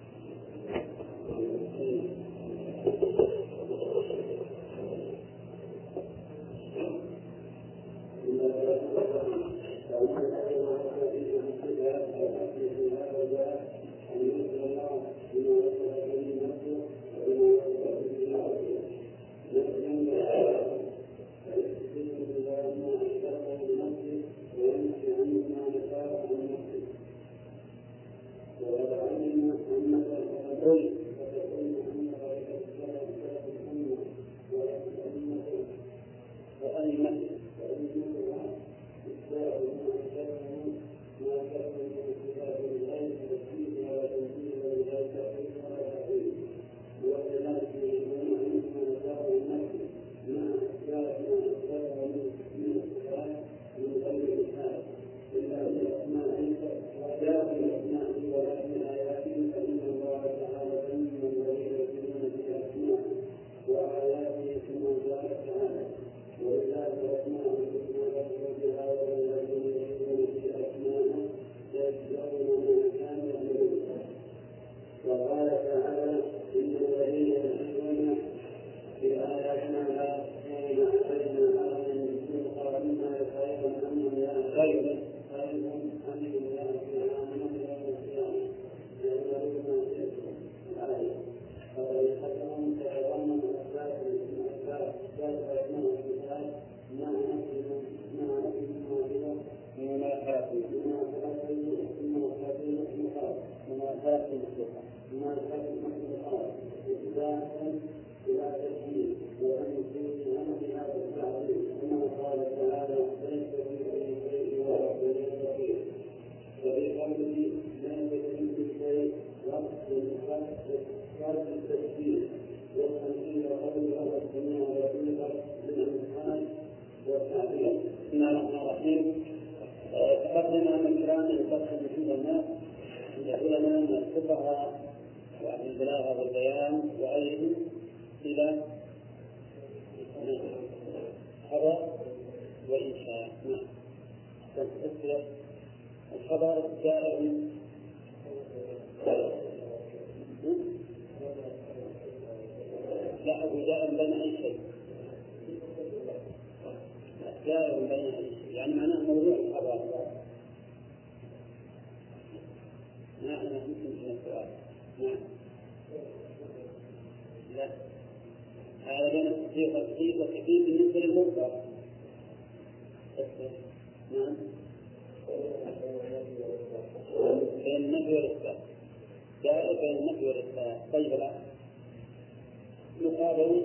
الخبر جاء لا أبو جاء بين أي شيء جاء بين أي شيء، يعني معناه موضوع الخبر. ما أنا ممكن في السؤال. نعم لا هذا بين التصديق والتكذيب والتكذيب بالنسبة للمخبر. نعم بين النفي والإثبات جاء بين النفي والإثبات. طيب لا مقابل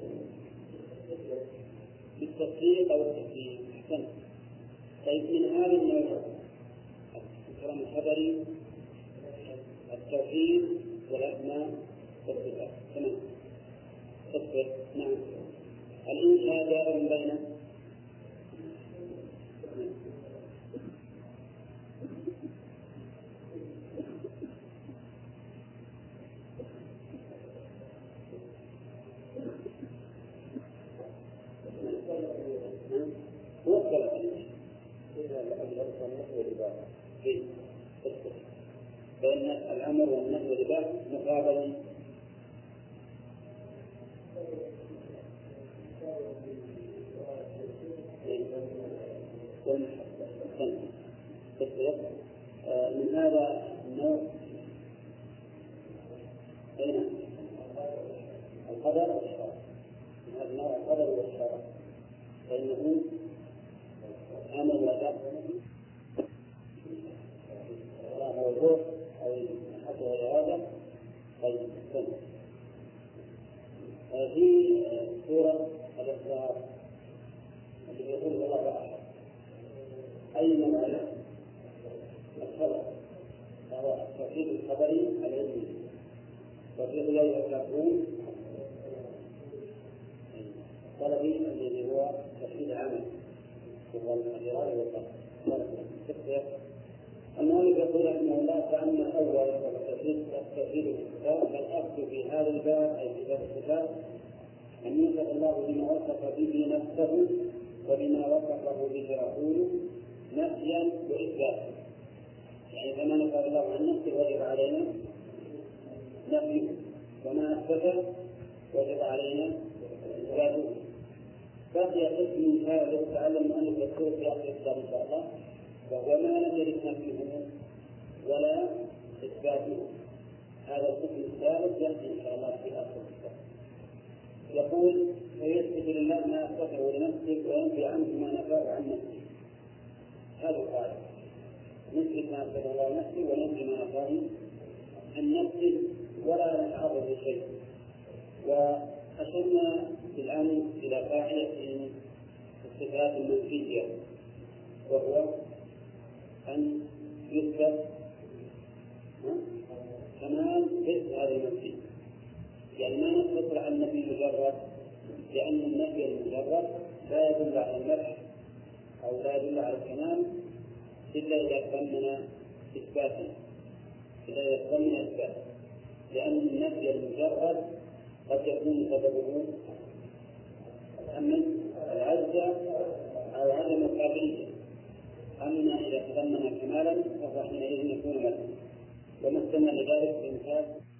بالتصديق أو التكذيب. أحسن. طيب من هذا النوع الكلام الخبري التوحيد والأسماء والصفات تمام. تصديق نعم. الإنشاء جاء بينه والإباحة في الصفة، فإن الأمر والنهي والإباحة مقابل من هذا النوع أين القدر والشرع، من هذا النوع القدر والشرع، فإنه أمر وتقوى أو الروح أو حتى الإرادة. طيب هذه سورة الإسراء التي يقول الله أحد أين معنى الخبر وهو التوحيد الخبري العلمي، وفي غير التقويم الطلبي الذي هو توحيد العمل وهو الإرادة والقصد. المؤلف يقول رحمه الله: فأما الأول التوحيد الصفات فالأصل في هذا الباب أي في باب الصفات أن يوصف الله بما وصف به نفسه وبما وصفه به رسوله نفيا وإثباتا. يعني كما نقل الله عن نفسه وجب علينا نفيه، وما أثبت وجب علينا إثباته. بقي قسم ثالث تعلم المؤلف يذكر في آخر الكتاب إن شاء الله، وهو ما لم يرد نفيه ولا إثباته. هذا القسم الثالث يأتي إن شاء الله في آخر الكتاب. يقول: فيثبت لله ما أثبته لنفسه وينفي عنه ما نفاه عن نفسه. هذا القاعدة: نثبت ما أثبته الله لنفسه وننفي ما نفاه عن نفسه ولا نتعرض لشيء. وأشرنا الآن إلى قاعدة الصفات المنفية، وهو أن يثبت كمال ضد هذا المنفي. يعني ما نقتصر على النفي المجرد، لأن النفي المجرد لا يدل على المدح أو لا يدل على الكمال إلا إذا تضمن إثباتا، إلا إذا تضمن إثبات، لأن النفي المجرد قد يكون سببه الأمن العجز أو عدم القابلية. أما إذا تضمن كمالا فهو حينئذ يكون مدحا، ومثلنا لذلك بمثال